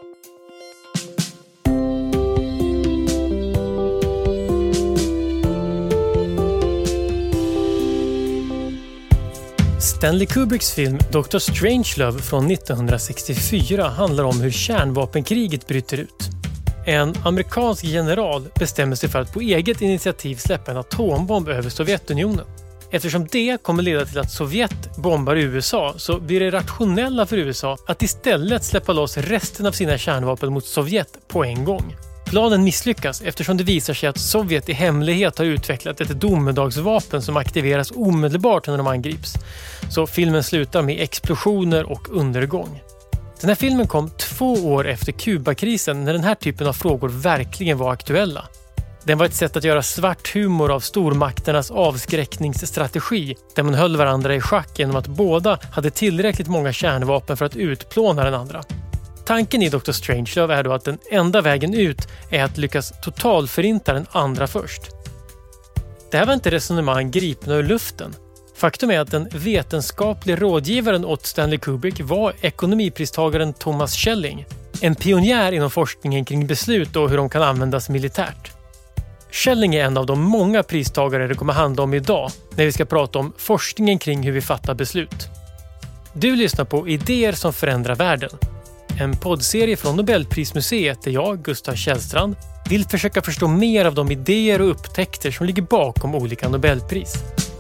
Stanley Kubricks film Dr. Strangelove från 1964 handlar om hur kärnvapenkriget bryter ut. En amerikansk general bestämmer sig för att på eget initiativ släppa en atombomb över Sovjetunionen. Eftersom det kommer leda till att Sovjet bombar USA så blir det rationella för USA att istället släppa loss resten av sina kärnvapen mot Sovjet på en gång. Planen misslyckas eftersom det visar sig att Sovjet i hemlighet har utvecklat ett domedagsvapen som aktiveras omedelbart när de angrips. Så filmen slutar med explosioner och undergång. Den här filmen kom 2 år efter Kubakrisen när den här typen av frågor verkligen var aktuella. Den var ett sätt att göra svart humor av stormakternas avskräckningsstrategi där man höll varandra i schack genom att båda hade tillräckligt många kärnvapen för att utplåna den andra. Tanken i Dr. Strangelove är då att den enda vägen ut är att lyckas totalförinta den andra först. Det här var inte resonemang gripna ur luften. Faktum är att den vetenskapliga rådgivaren åt Stanley Kubrick var ekonomipristagaren Thomas Schelling, en pionjär inom forskningen kring beslut och hur de kan användas militärt. Schelling är en av de många pristagare det kommer handla om idag när vi ska prata om forskningen kring hur vi fattar beslut. Du lyssnar på Idéer som förändrar världen. En poddserie från Nobelprismuseet där jag, Gustav Källstrand, vill försöka förstå mer av de idéer och upptäckter som ligger bakom olika Nobelpris.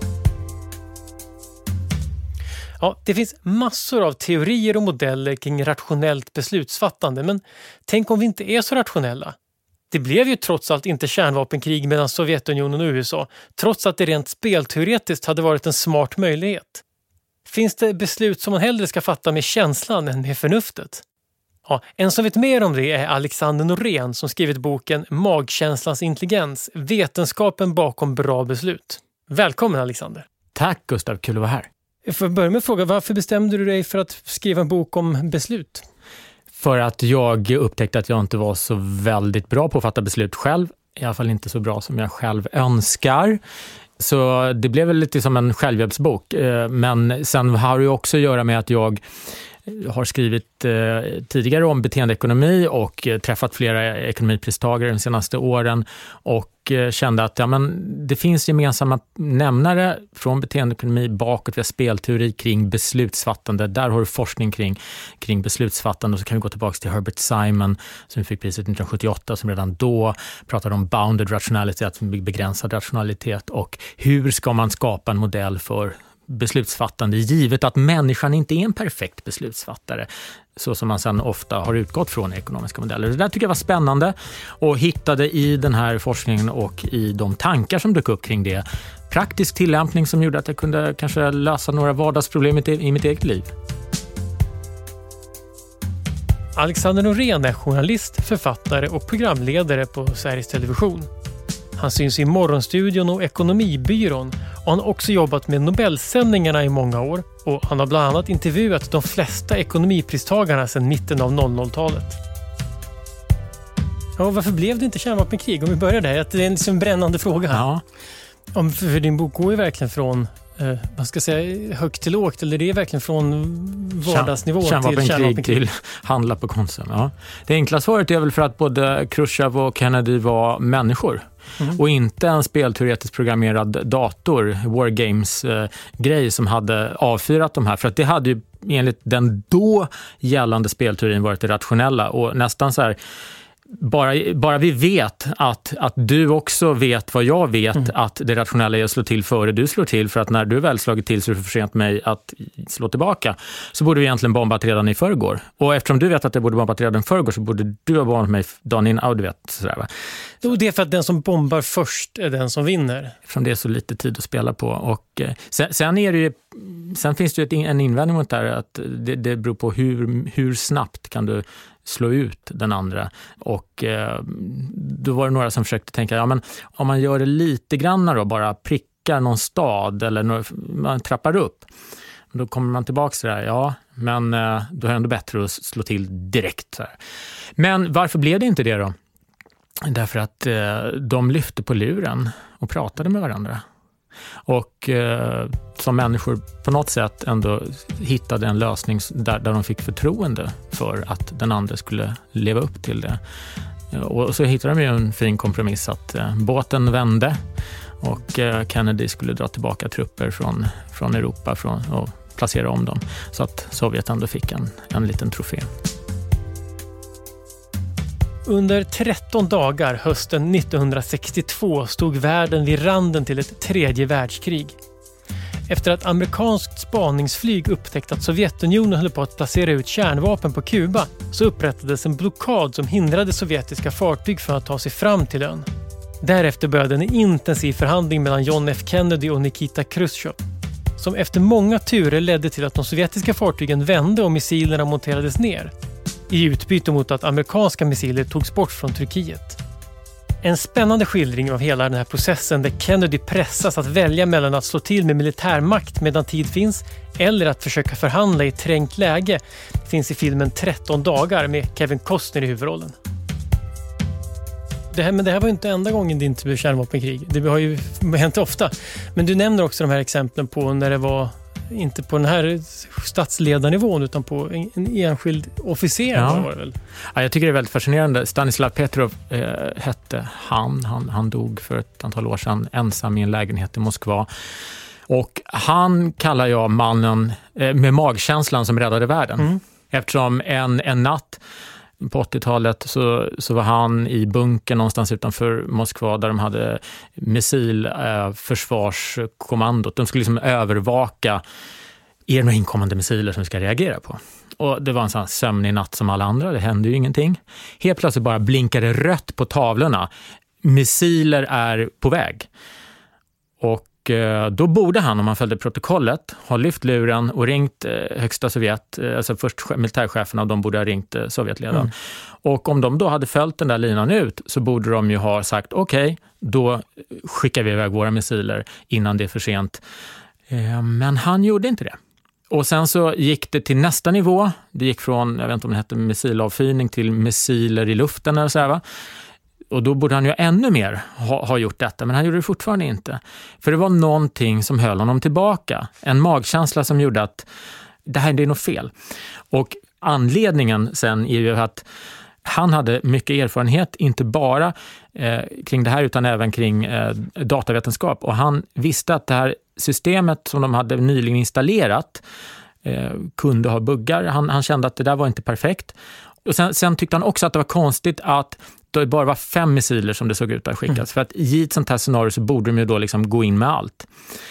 Ja, det finns massor av teorier och modeller kring rationellt beslutsfattande, men tänk om vi inte är så rationella? Det blev ju trots allt inte kärnvapenkrig mellan Sovjetunionen och USA, trots att det rent spelteoretiskt hade varit en smart möjlighet. Finns det beslut som man hellre ska fatta med känslan än med förnuftet? Ja, en som vet mer om det är Alexander Norén som skrivit boken Magkänslans intelligens, vetenskapen bakom bra beslut. Välkommen Alexander. Tack Gustav, kul att vara här. Jag får börja med att fråga, varför bestämde du dig för att skriva en bok om beslut? För att jag upptäckte att jag inte var så väldigt bra på att fatta beslut själv. I alla fall inte så bra som jag själv önskar. Så det blev väl lite som en självhjälpsbok. Men sen har det också att göra med att jag har skrivit tidigare om beteendeekonomi och träffat flera ekonomipristagare de senaste åren och kände att det finns gemensamma nämnare från beteendeekonomi bakåt via spelteori kring beslutsfattande. Där har du forskning kring beslutsfattande och så kan vi gå tillbaka till Herbert Simon som fick priset 1978 som redan då pratade om bounded rationality, alltså begränsad rationalitet och hur ska man skapa en modell för beslutsfattande givet att människan inte är en perfekt beslutsfattare så som man sedan ofta har utgått från i ekonomiska modeller. Det där tycker jag var spännande och hittade i den här forskningen och i de tankar som dök upp kring det praktisk tillämpning som gjorde att jag kunde kanske lösa några vardagsproblem i mitt eget liv. Alexander Norén är journalist, författare och programledare på Sveriges Television. Han syns i Morgonstudion och Ekonomibyrån och han har också jobbat med Nobelsändningarna i många år och han har bland annat intervjuat de flesta ekonomipristagarna sedan mitten av 00-talet. Ja, varför blev det inte kärnvapenkrig? Om vi börjar där, att det är en liksom brännande fråga här. Ja. För din bok går ju verkligen från högt till lågt, eller det är verkligen från vardagsnivå till kärnvapenkrig till handla på Konsum. Ja. Det enkla svaret är väl för att både Khrushchev och Kennedy var människor. Och inte en spelteoretiskt programmerad dator, Wargames-grej som hade avfyrat de här. För att det hade ju enligt den då gällande spelteorin varit det rationella och nästan så här bara vi vet att du också vet vad jag vet att det rationella är att slå till före du slår till för att när du väl slagit till så är det för sent mig att slå tillbaka så borde vi egentligen bombat redan i förrgår. Och eftersom du vet att det borde bombat redan i förrgår så borde du ha bombat mig dagen innan, du vet sådär va. Och det är för att den som bombar först är den som vinner. Eftersom det är så lite tid att spela på och sen finns det ju en invändning mot det här att det beror på hur snabbt kan du slå ut den andra och då var det några som försökte tänka men om man gör det lite grann då, bara prickar någon stad eller man trappar upp då kommer man tillbaka så där, men då är det ändå bättre att slå till direkt så här. Men varför blev det inte det då? Därför att de lyfte på luren och pratade med varandra. Och som människor på något sätt ändå hittade en lösning där de fick förtroende för att den andra skulle leva upp till det. Och så hittade de ju en fin kompromiss att båten vände och Kennedy skulle dra tillbaka trupper från Europa och placera om dem. Så att Sovjet ändå fick en liten trofé. Under 13 dagar hösten 1962 stod världen vid randen till ett tredje världskrig. Efter att amerikanskt spaningsflyg upptäckt att Sovjetunionen höll på att placera ut kärnvapen på Kuba så upprättades en blockad som hindrade sovjetiska fartyg från att ta sig fram till ön. Därefter började en intensiv förhandling mellan John F. Kennedy och Nikita Khrushchev som efter många turer ledde till att de sovjetiska fartygen vände och missilerna monterades ner i utbyte mot att amerikanska missiler togs bort från Turkiet. En spännande skildring av hela den här processen där Kennedy pressas att välja mellan att slå till med militärmakt medan tid finns eller att försöka förhandla i ett trängt läge finns i filmen 13 dagar med Kevin Costner i huvudrollen. Det här var ju inte enda gången det inte blev kärnvapenkrig. Det har ju hänt ofta. Men du nämner också de här exemplen på när det var inte på den här statsledarnivån utan på en enskild officer. Ja. Var det väl? Ja, jag tycker det är väldigt fascinerande. Stanislav Petrov hette han dog för ett antal år sedan ensam i en lägenhet i Moskva. Och han kallar jag mannen med magkänslan som räddade världen. Mm. Eftersom en natt på 80-talet så var han i bunkern någonstans utanför Moskva där de hade missilförsvarskommandot. De skulle liksom övervaka några inkommande missiler som vi ska reagera på. Och det var en sån sömnig natt som alla andra, det hände ju ingenting. Helt plötsligt bara blinkade rött på tavlorna. Missiler är på väg. Och då borde han, om han följde protokollet, ha lyft luren och ringt högsta Sovjet, alltså först militärcheferna, och de borde ha ringt Sovjetledaren. Mm. Och om de då hade följt den där linan ut så borde de ju ha sagt okej, då skickar vi iväg våra missiler innan det är för sent. Men han gjorde inte det. Och sen så gick det till nästa nivå. Det gick från, jag vet inte om det hette missilavfyrning till missiler i luften eller så här, va? Och då borde han ju ännu mer ha gjort detta, men han gjorde det fortfarande inte. För det var någonting som höll honom tillbaka. En magkänsla som gjorde att det är något fel. Och anledningen sen är ju att han hade mycket erfarenhet, inte bara kring det här utan även kring datavetenskap. Och han visste att det här systemet som de hade nyligen installerat kunde ha buggar. Han kände att det där var inte perfekt. Och sen tyckte han också att det var konstigt att det bara var 5 missiler som det såg ut att skickas. Mm. För att i ett sånt här scenario så borde de ju då liksom gå in med allt.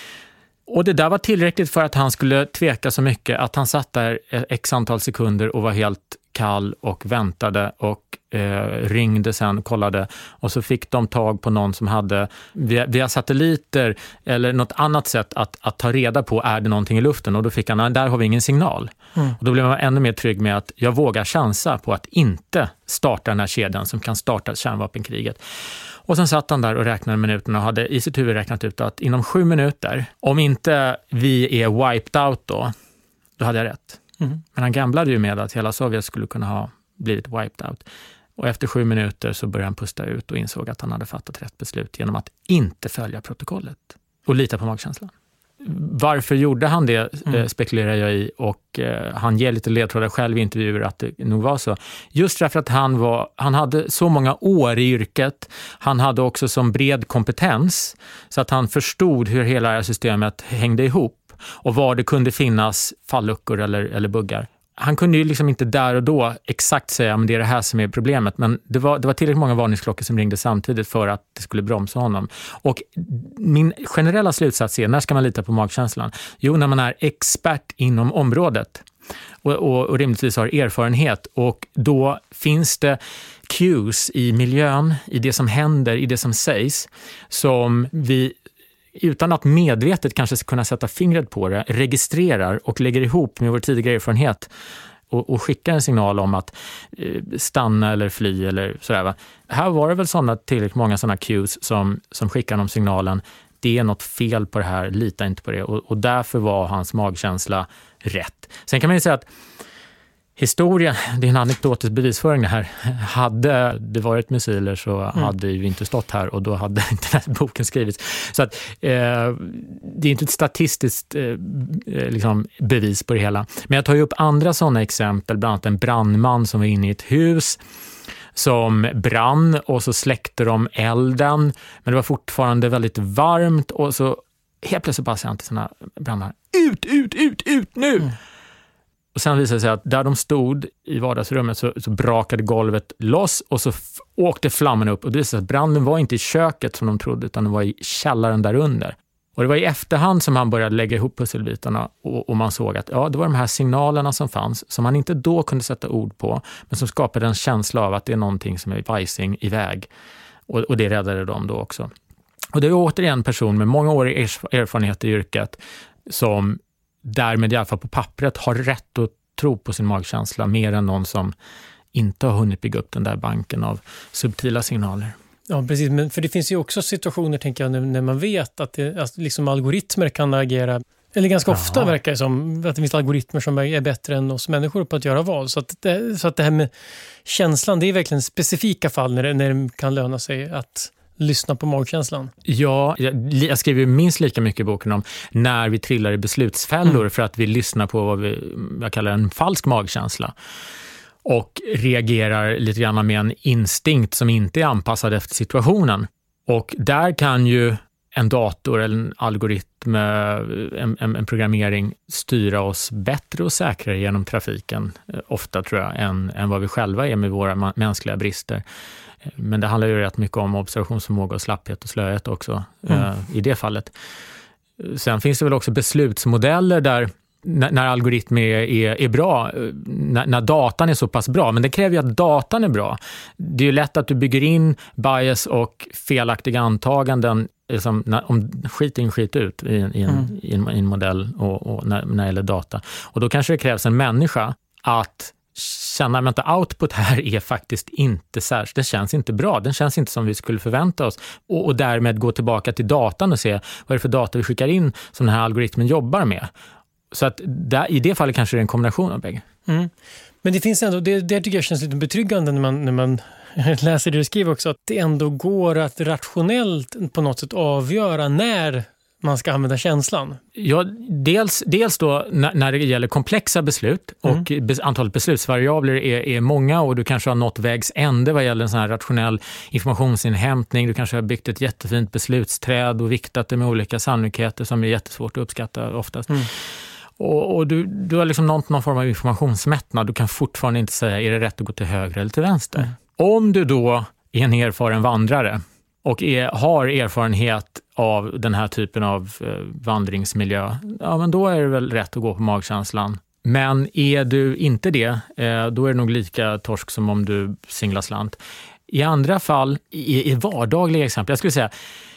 Och det där var tillräckligt för att han skulle tveka så mycket att han satt där x antal sekunder och var helt kall och väntade och ringde sen, kollade, och så fick de tag på någon som hade via satelliter eller något annat sätt att ta reda på är det någonting i luften, och då fick han, där har vi ingen signal. Mm. Och då blev man ännu mer trygg med att jag vågar chansa på att inte starta den här kedjan som kan starta kärnvapenkriget. Och sen satt han där och räknade minuterna och hade i sitt huvud räknat ut att inom 7 minuter, om inte vi är wiped out då hade jag rätt. Mm. Men han gamblade ju med att hela Sovjet skulle kunna ha blivit wiped out. Och efter 7 minuter så började han pusta ut och insåg att han hade fattat rätt beslut genom att inte följa protokollet och lita på magkänslan. Varför gjorde han det spekulerar jag i, och han ger lite ledtrådar själv i intervjuer att det nog var så. Just därför att han hade så många år i yrket, han hade också som bred kompetens så att han förstod hur hela det här systemet hängde ihop och var det kunde finnas falluckor eller buggar. Han kunde ju liksom inte där och då exakt säga att det är det här som är problemet, men det var tillräckligt många varningsklockor som ringde samtidigt för att det skulle bromsa honom. Och min generella slutsats är, när ska man lita på magkänslan? Jo, när man är expert inom området och rimligtvis har erfarenhet, och då finns det cues i miljön, i det som händer, i det som sägs, som vi utan att medvetet kanske ska kunna sätta fingret på det, registrerar och lägger ihop med vår tidigare erfarenhet och skickar en signal om att stanna eller fly eller sådär, va? Här var det väl tillräckligt många sådana cues som skickar om signalen, det är något fel på det här, lita inte på det, och därför var hans magkänsla rätt. Sen kan man ju säga att Historia, det är en anekdotisk bevisföring det här. Hade det varit missiler så hade vi inte stått här och då hade inte den här boken skrivits. Så att, det är inte ett statistiskt liksom bevis på det hela. Men jag tar ju upp andra sådana exempel, bland annat en brandman som var inne i ett hus som brann och så släckte de elden, men det var fortfarande väldigt varmt och så helt plötsligt bara säger han till sina brandmän, ut nu! Och sen visade det sig att där de stod i vardagsrummet så brakade golvet loss och så åkte flammen upp. Och det visade sig att branden var inte i köket som de trodde utan det var i källaren där under. Och det var i efterhand som han började lägga ihop pusselbitarna och man såg att det var de här signalerna som fanns som man inte då kunde sätta ord på men som skapade en känsla av att det är någonting som är vajsing iväg. Och det räddade dem då också. Och det är återigen en person med många år i erfarenhet i yrket som därmed i alla fall på pappret har rätt att tro på sin magkänsla mer än någon som inte har hunnit bygga upp den där banken av subtila signaler. Ja, precis. Men för det finns ju också situationer, tänker jag, när man vet att liksom algoritmer kan agera, eller ganska ofta verkar det som att det finns algoritmer som är bättre än oss människor på att göra val. Så att det här med känslan, det är verkligen specifika fall när det kan löna sig att lyssna på magkänslan. Ja, jag skriver minst lika mycket i boken om när vi trillar i beslutsfällor för att vi lyssnar på vad jag kallar en falsk magkänsla och reagerar lite grann med en instinkt som inte är anpassad efter situationen. Och där kan ju en dator eller en algoritm, en programmering styra oss bättre och säkrare genom trafiken ofta tror jag än vad vi själva är med våra mänskliga brister. Men det handlar ju rätt mycket om observationsförmåga och slapphet och slöhet också i det fallet. Sen finns det väl också beslutsmodeller där när algoritmer är bra, när datan är så pass bra, men det kräver ju att datan är bra. Det är ju lätt att du bygger in bias och felaktiga antaganden om skit in, skit ut i en modell och när det gäller data. Och då kanske det krävs en människa att känna att output här är faktiskt inte särskilt, det känns inte bra, den känns inte som vi skulle förvänta oss och därmed gå tillbaka till datan och se vad är det för data vi skickar in som den här algoritmen jobbar med. Så att i det fallet kanske det är en kombination av bägge. Men det finns ändå, det tycker jag känns lite betryggande när man läser det du skriver också, att det ändå går att rationellt på något sätt avgöra när man ska använda känslan. Ja, dels då när det gäller komplexa beslut och antalet beslutsvariabler är många och du kanske har nått vägs ände vad gäller en sån här rationell informationsinhämtning. Du kanske har byggt ett jättefint beslutsträd och viktat det med olika sannolikheter som är jättesvårt att uppskatta oftast. Och du har liksom någon form av informationsmättnad. Du kan fortfarande inte säga är det rätt att gå till höger eller till vänster. Om du då är en erfaren vandrare och har erfarenhet av den här typen av vandringsmiljö, ja men då är det väl rätt att gå på magkänslan. Men är du inte det, då är det nog lika torsk som om du singlar slant. I andra fall, i vardagliga exempel, jag skulle säga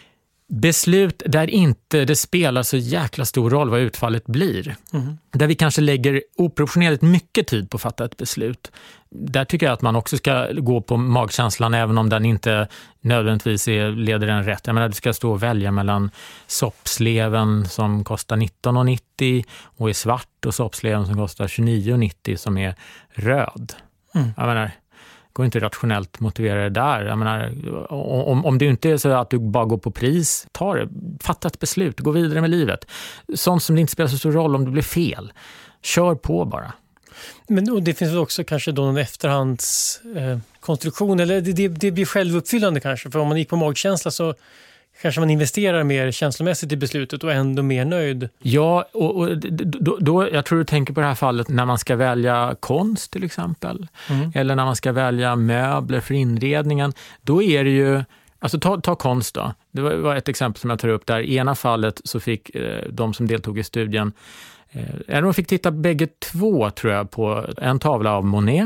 beslut där inte det spelar så jäkla stor roll vad utfallet blir. Där vi kanske lägger oproportionerligt mycket tid på att fatta ett beslut. Där tycker jag att man också ska gå på magkänslan även om den inte nödvändigtvis leder den rätt. Jag menar, du ska stå och välja mellan soppsleven som kostar 19,90 och är svart och soppsleven som kostar 29,90 som är röd. Jag menar, går inte rationellt motivera det där. Jag menar, om det inte är så att du bara går på pris, fatta ett beslut, gå vidare med livet. Sånt som det inte spelar så stor roll om det blir fel. Kör på bara. Men och det finns väl också kanske då en efterhandskonstruktion, eller det blir självuppfyllande kanske. För om man gick på magkänsla så kanske man investerar mer känslomässigt i beslutet och ändå mer nöjd. Ja, och då jag tror du tänker på det här fallet när man ska välja konst till exempel. Eller när man ska välja möbler för inredningen. Då är det ju, alltså ta konst då. Det var ett exempel som jag tar upp där. I ena fallet så fick de som deltog i studien, de fick titta bägge två tror jag på en tavla av Monet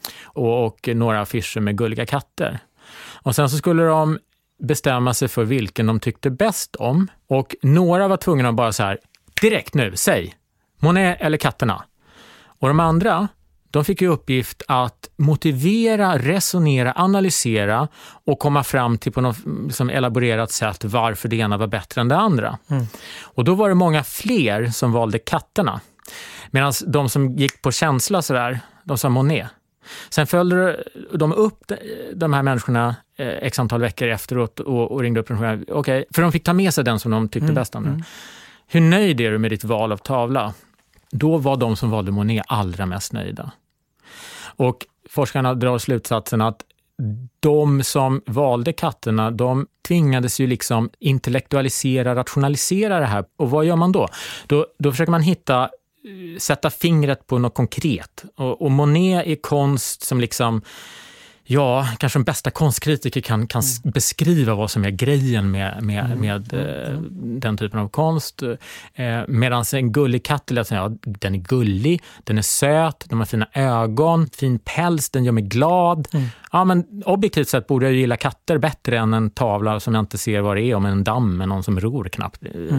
och några affischer med gulliga katter. Och sen så skulle de bestämma sig för vilken de tyckte bäst om. Och några var tvungna att bara så här, direkt nu, säg, Monet eller katterna. Och de andra, de fick ju uppgift att motivera, resonera, analysera och komma fram till på något liksom elaborerat sätt varför det ena var bättre än det andra. Och då var det många fler som valde katterna. Medan de som gick på känsla sådär, De sa Monet. Sen följde de upp de här människorna x antal veckor efteråt och ringde upp och frågade, okej, för de fick ta med sig den som de tyckte bäst om det. Hur nöjd är du med ditt val av tavla? Då var de som valde Monet allra mest nöjda. Och forskarna drar slutsatsen att de som valde katterna, de tvingades ju liksom intellektualisera, rationalisera det här. Och vad gör man då? Då försöker man sätta fingret på något konkret. Och Monet är konst som liksom, ja, kanske de bästa konstkritiker kan beskriva vad som är grejen med den typen av konst. Medan en gullig katt, den är gullig, den är söt, de har fina ögon, fin päls, den gör mig glad. Ja, men objektivt sett borde jag gilla katter bättre än en tavla som jag inte ser vad det är, om en damm med någon som ror knappt.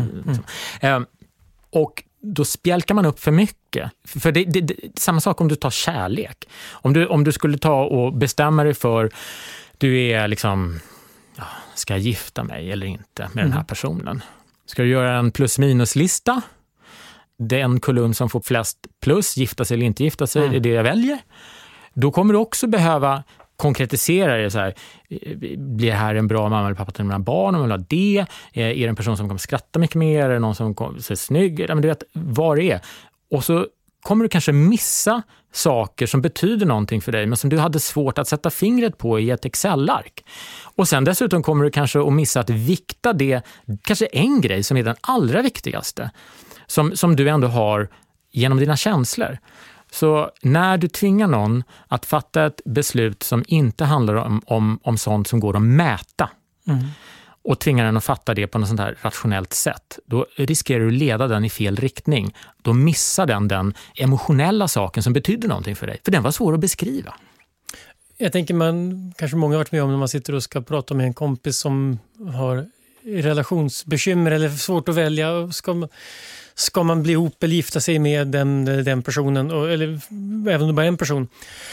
Och då spjälkar man upp för mycket. För det samma sak om du tar kärlek. Om du skulle ta och bestämma dig för, du är liksom, ska jag gifta mig eller inte med den här personen? Ska du göra en plus-minus-lista? Den kolumn som får flest plus, gifta sig eller inte gifta sig, är det jag väljer. Då kommer du också behöva konkretisera det så här. Blir det här en bra mamma eller pappa till mina barn? Om vill ha det? Är det en person som kommer skratta mycket mer? Är det någon som ser snygg? Men du vet vad det är. Och så kommer du kanske missa saker som betyder någonting för dig, men som du hade svårt att sätta fingret på i ett Excel-ark. Och sen dessutom kommer du kanske att missa att vikta det, kanske en grej som är den allra viktigaste, som du ändå har genom dina känslor. Så när du tvingar någon att fatta ett beslut som inte handlar om sånt som går att mäta och tvingar den att fatta det på något sånt här rationellt sätt, då riskerar du att leda den i fel riktning. Då missar den emotionella saken som betyder någonting för dig. För den var svår att beskriva. Jag tänker kanske många har varit med om när man sitter och ska prata med en kompis som har relationsbekymmer eller svårt att välja. Ska man bli ihop eller gifta sig med den personen, eller även om det bara är en person.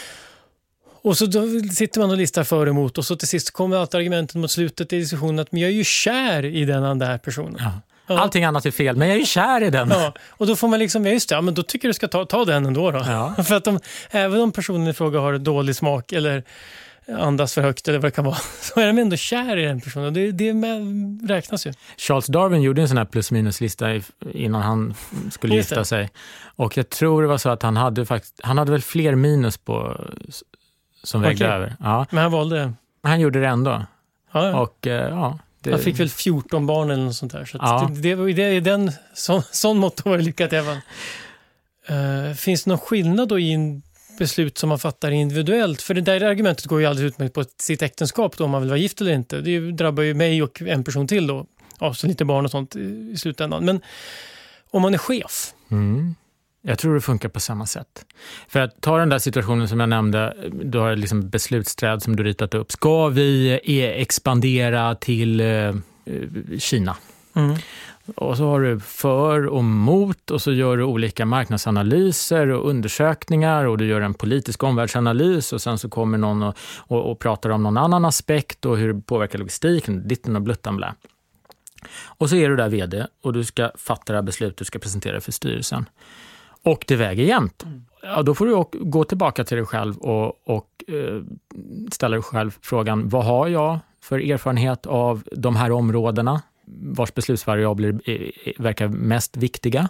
Och så då sitter man och listar för och emot, och så till sist kommer allt argumenten mot slutet i diskussionen att men jag är ju kär i den där personen. Ja. Allting annat är fel, men jag är ju kär i den. Ja, och då får man liksom, men då tycker du ska ta den ändå då. Ja. För att även om personen i fråga har dålig smak eller andas för högt eller vad det kan vara, så är de ändå kär i den personen. Det räknas ju. Charles Darwin gjorde en sån här plus-minus-lista innan han skulle gifta sig. Och jag tror det var så att han hade väl fler minus på som vägde över. Ja. Men han valde det. Han gjorde det ändå. Ja. Och han fick väl 14 barn eller något sånt där. Så det är den sån mått var det lyckat även. Finns det någon skillnad då i en beslut som man fattar individuellt? För det där argumentet går ju aldrig ut med på sitt äktenskap då, om man vill vara gift eller inte. Det drabbar ju mig och en person till då. Så lite barn och sånt i slutändan. Men om man är chef? Jag tror det funkar på samma sätt. För att ta den där situationen som jag nämnde, du har liksom beslutsträd som du ritat upp. Ska vi expandera till Kina? Och så har du för och mot, och så gör du olika marknadsanalyser och undersökningar, och du gör en politisk omvärldsanalys, och sen så kommer någon och pratar om någon annan aspekt och hur det påverkar logistiken, ditten och bluttan blä. Och så är du där vd och du ska fatta det här beslutet, du ska presentera det för styrelsen. Och det väger jämnt. Ja, då får du gå tillbaka till dig själv och ställa dig själv frågan, vad har jag för erfarenhet av de här områdena? Vars beslutsvariabler verkar mest viktiga.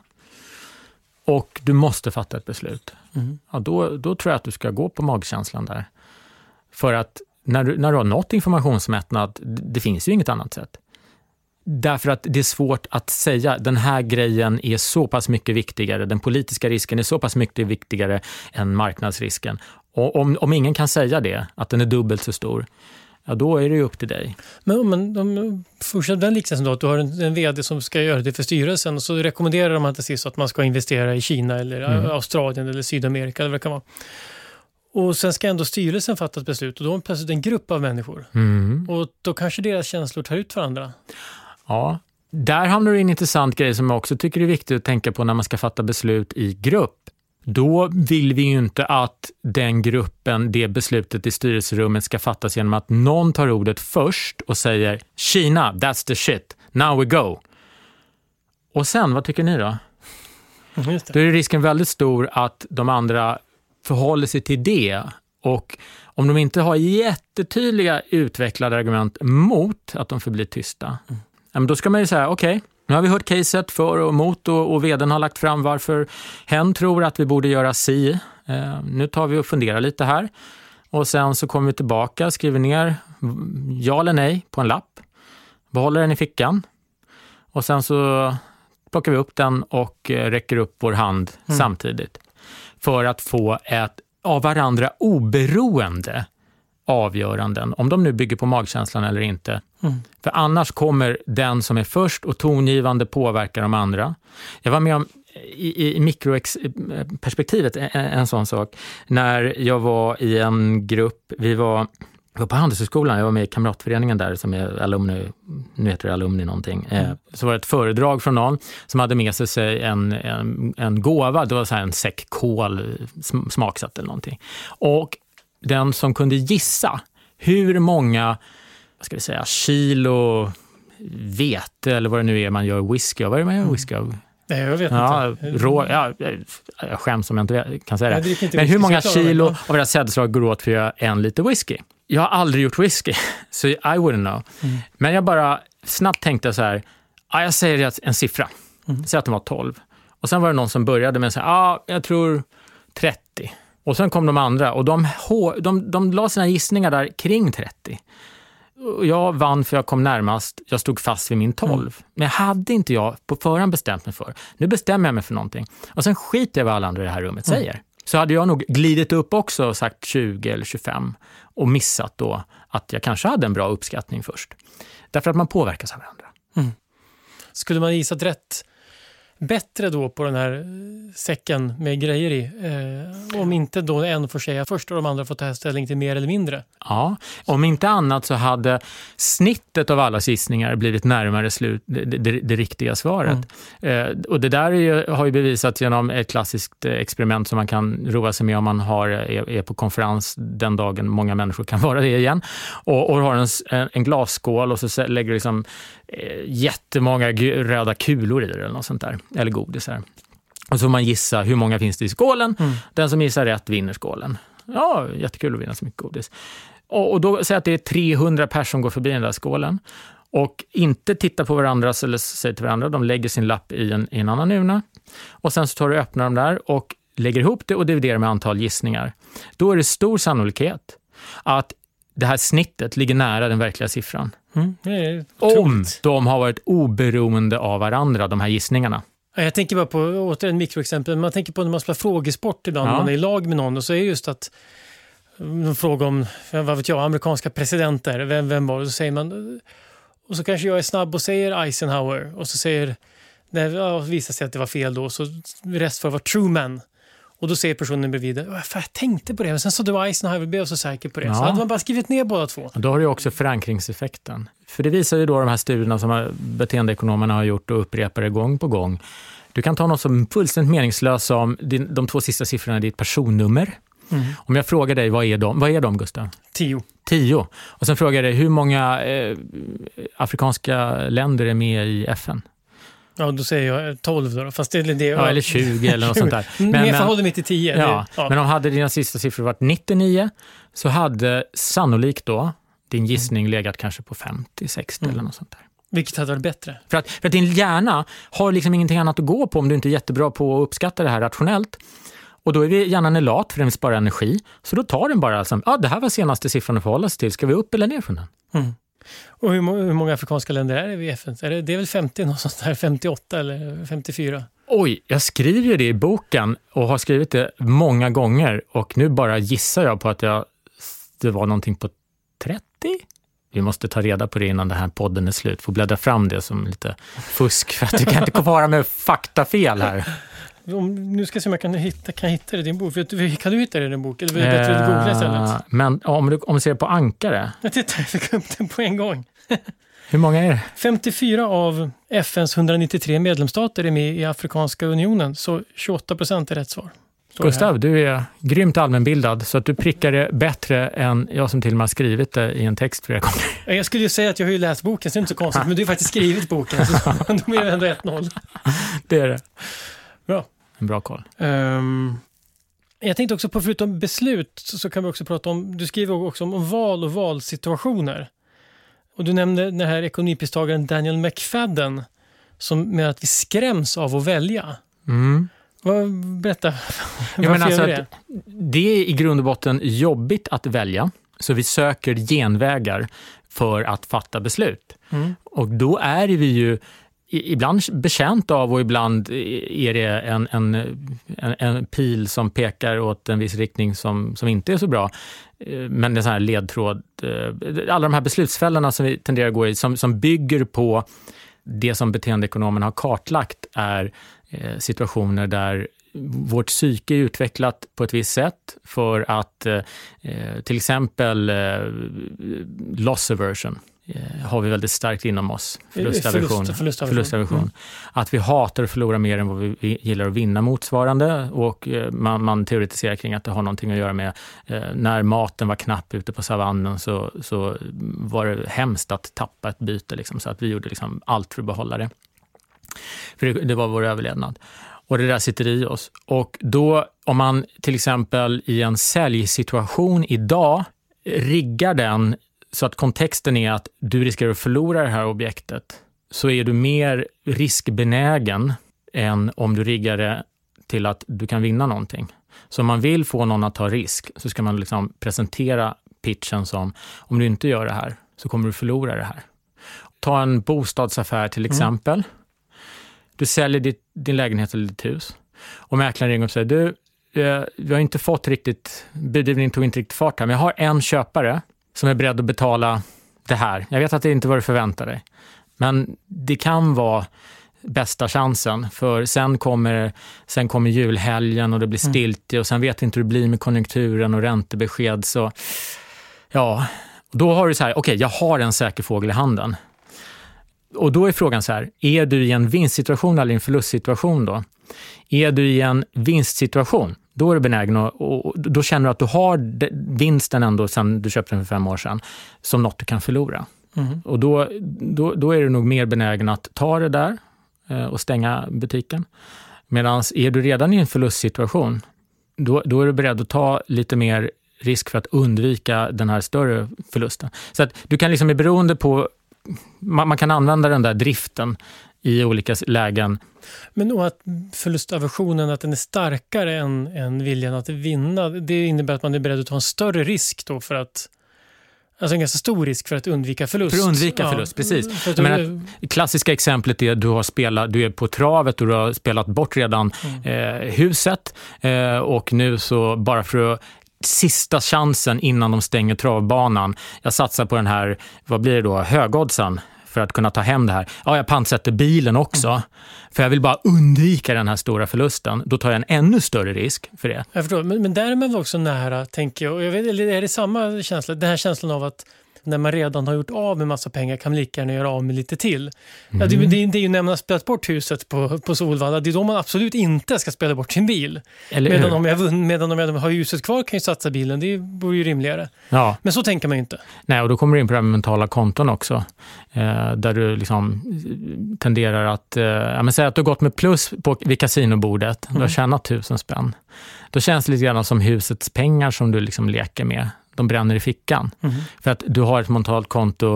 Och du måste fatta ett beslut. Ja, då tror jag att du ska gå på magkänslan där. För att när du har nått informationsmättnad, det finns ju inget annat sätt. Därför att det är svårt att säga, den här grejen är så pass mycket viktigare, den politiska risken är så pass mycket viktigare än marknadsrisken. Och om ingen kan säga det, att den är dubbelt så stor, ja, då är det ju upp till dig. Men fortsätter den liknelsen då, att du har en vd som ska göra det för styrelsen, och så rekommenderar de till sist att man ska investera i Kina eller Australien eller Sydamerika eller vad det kan vara. Och sen ska ändå styrelsen fatta ett beslut, och då är det plötsligt en grupp av människor. Och då kanske deras känslor tar ut varandra. Ja, där hamnar du i en intressant grej som jag också tycker är viktigt att tänka på när man ska fatta beslut i grupp. Då vill vi ju inte att den gruppen, det beslutet i styrelserummet ska fattas genom att någon tar ordet först och säger Kina, that's the shit, now we go. Och sen, vad tycker ni då? Då är risken väldigt stor att de andra förhåller sig till det, och om de inte har jättetydliga utvecklade argument mot att de får bli tysta, men då ska man ju säga okej, nu har vi hört caset för och emot, och vdn har lagt fram varför hen tror att vi borde göra si. Nu tar vi och funderar lite här. Och sen så kommer vi tillbaka, skriver ner ja eller nej på en lapp. Behåller den i fickan. Och sen så plockar vi upp den och räcker upp vår hand samtidigt. För att få ett av varandra oberoende avgöranden, om de nu bygger på magkänslan eller inte. För annars kommer den som är först och tongivande påverka de andra. Jag var med om i mikroperspektivet en sån sak. När jag var i en grupp, vi var på Handelshögskolan, jag var med i kamratföreningen där som är alumni, nu heter det alumni någonting. Så var det ett föredrag från någon som hade med sig en gåva, det var så här en säck kål smaksatt eller någonting. Och den som kunde gissa hur många, vad ska vi säga, kilo vete eller vad det nu är man gör whisky av. Vad är det man gör whisky av? Nej, jag vet inte. Jag skäms om jag inte kan säga det. Men hur många kilo av det här sädesslag går åt för att göra 1 liter whisky? Jag har aldrig gjort whisky, så I wouldn't know. Men jag bara snabbt tänkte så här, jag säger en siffra. Säg att det var 12. Och sen var det någon som började med att säga, jag tror 30. Och sen kom de andra och de la sina gissningar där kring 30. Och jag vann för jag kom närmast. Jag stod fast vid min 12. Men hade inte jag på förhand bestämt mig för. Nu bestämmer jag mig för någonting. Och sen skiter jag vad alla andra i det här rummet säger. Så hade jag nog glidit upp också och sagt 20 eller 25. Och missat då att jag kanske hade en bra uppskattning först. Därför att man påverkas av varandra. Skulle man gissat rätt bättre då på den här säcken med grejer i? Om inte då en får säga först och de andra får ta ställning till mer eller mindre. Ja, om inte annat så hade snittet av alla gissningar blivit närmare det riktiga svaret. Och det där har ju bevisats genom ett klassiskt experiment som man kan roa sig med om man är på konferens den dagen många människor kan vara det igen. Och har en glasskål och så lägger liksom jättemånga röda kulor i det eller något sånt där. Eller godisar. Och så får man gissa hur många finns det i skålen. Den som gissar rätt vinner skålen. Ja, jättekul att vinna så mycket godis. Och då säger att det är 300 personer som går förbi den där skålen. Och inte tittar på varandra eller säger till varandra. De lägger sin lapp i en annan urna. Och sen så tar du och öppnar dem där och lägger ihop det och dividerar med antal gissningar. Då är det stor sannolikhet att det här snittet ligger nära den verkliga siffran. Om de har varit oberoende av varandra, de här gissningarna. Jag tänker bara på återigen mikroexempel. Man tänker på när man spelar frågesport ibland, när man är i lag med någon, och så är just att de frågar om, vad vet jag, amerikanska presidenter, vem var det, så säger man, och så kanske jag är snabb och säger Eisenhower, och så säger, visar sig att det var fel då, så rest för var Truman. Och då säger personen bredvid, jag tänkte på det, men sen så det var Eisenhower, blev jag så säker på det. Så hade man bara skrivit ner båda två. Och då har du också förankringseffekten. För det visar ju då de här studierna som beteendeekonomerna har gjort och upprepar det gång på gång. Du kan ta något som fullständigt meningslöst som de 2 sista siffrorna i ditt personnummer. Om jag frågar dig, vad är de Gustav? 10. Och sen frågar jag dig, hur många afrikanska länder är med i FN? Ja, då säger jag 12 då. Fast det eller 20 eller något sånt där. Men jag förhåller mig till 10. Ja, men om hade dina sista siffror varit 99 så hade sannolikt då din gissning legat kanske på 50, 60 eller något sånt där. Vilket hade varit bättre. För att din hjärna har liksom ingenting annat att gå på om du inte är jättebra på att uppskatta det här rationellt. Och då är vi hjärnan är lat för den vill spara energi. Så då tar den bara som, det här var senaste siffran att förhålla sig till. Ska vi upp eller ner från den? Och hur många afrikanska länder är det i FN? Det är väl 50 något sånt där, 58 eller 54? Oj, jag skriver ju det i boken och har skrivit det många gånger. Och nu bara gissar jag på att det var någonting på 30? Vi måste ta reda på det innan den här podden är slut. Få bläddra fram det som lite fusk. För att du kan inte vara med faktafel här. Nu ska jag se om jag kan hitta det i din bok. Kan du hitta det i din bok? Eller är det bättre att googla istället? Men om du ser på ankare. Jag fick upp den på en gång. Hur många är det? 54 av FNs 193 medlemsstater är med i Afrikanska unionen. Så 28% är rätt svar. Gustav, du är grymt allmänbildad så att du prickar det bättre än jag som till och med har skrivit det i en text flera gånger. Jag skulle ju säga att jag har ju läst boken, så det är inte så konstigt. Men du har faktiskt skrivit boken, så då är det ändå 1-0. Det är det. Bra. En bra koll. Jag tänkte också på, förutom beslut, så kan vi också prata om, du skriver också om val och valsituationer. Och du nämnde den här ekonomipristagaren Daniel McFadden som menar att vi skräms av att välja. Berätta, varför gör vi det? Det är i grund och botten jobbigt att välja, så vi söker genvägar för att fatta beslut. Och då är vi ju ibland bekänt av, och ibland är det en pil som pekar åt en viss riktning som inte är så bra. Men det är så här ledtråd. Alla de här beslutsfällorna som vi tenderar att gå i, som bygger på det som beteendeekonomerna har kartlagt, är situationer där vårt psyke är utvecklat på ett visst sätt för att till exempel loss aversion har vi väldigt starkt inom oss. Förlustaversion. Att vi hatar att förlora mer än vad vi gillar att vinna motsvarande, och man teoretiserar kring att det har någonting att göra med när maten var knapp ute på savannen, så var det hemskt att tappa ett byte liksom, så att vi gjorde liksom allt för att behålla det. För det var vår överlevnad. Och det där sitter i oss. Och då, om man till exempel i en säljsituation idag riggar den så att kontexten är att du riskerar att förlora det här objektet, så är du mer riskbenägen än om du riggar det till att du kan vinna någonting. Så om man vill få någon att ta risk, så ska man liksom presentera pitchen som: om du inte gör det här så kommer du förlora det här. Ta en bostadsaffär till exempel. Du säljer din lägenhet eller ditt hus. Och mäklaren ringer och säger: vi har inte fått riktigt, budgivningen tog inte riktigt fart här, men jag har en köpare som är beredd att betala det här. Jag vet att det inte var du förväntar dig, men det kan vara bästa chansen, för sen kommer julhelgen och det blir stiltje, och sen vet inte hur det blir med konjunkturen och räntebesked. Så ja, då har du så här: okej, jag har en säker fågel i handen. Och då är frågan så här: är du i en vinstsituation eller en förlustsituation då? Är du i en vinstsituation, då är du benägen och då känner du att du har vinsten ändå sen du köpte den för 5 år sedan som något du kan förlora. Och då är du nog mer benägen att ta det där och stänga butiken. Medan är du redan i en förlustsituation, då är du beredd att ta lite mer risk för att undvika den här större förlusten. Så att du kan liksom, är beroende på, man kan använda den där driften i olika lägen. Men då att förlustaversionen, att den är starkare än viljan att vinna, det innebär att man är beredd att ta en större risk då för att, alltså en ganska stor risk för att undvika förlust. För att undvika förlust, precis. Klassiska exemplet är att du är på travet och du har spelat bort redan huset och nu så bara för att sista chansen innan de stänger travbanan, jag satsar på den här, vad blir det då, högoddsaren för att kunna ta hem det här. Ja, jag pantsätter bilen också. För jag vill bara undvika den här stora förlusten. Då tar jag en ännu större risk för det. Jag förstår, men där är man också nära, tänker jag. Och jag vet, eller är det samma känsla? Den här känslan av att när man redan har gjort av med massa pengar kan man lika gärna göra av med lite till. Ja, det är ju när man har spelat bort huset på Solvalla. Det är då man absolut inte ska spela bort sin bil. Medan om jag har huset kvar kan jag satsa bilen. Det vore ju rimligare. Ja. Men så tänker man ju inte. Nej, och då kommer du in på det här med mentala konton också. Där du liksom tenderar att säga att du har gått med plus vid kasinobordet. Du har tjänat 1000 spänn. Då känns det lite grann som husets pengar som du liksom leker med. De bränner i fickan. För att du har ett mentalt konto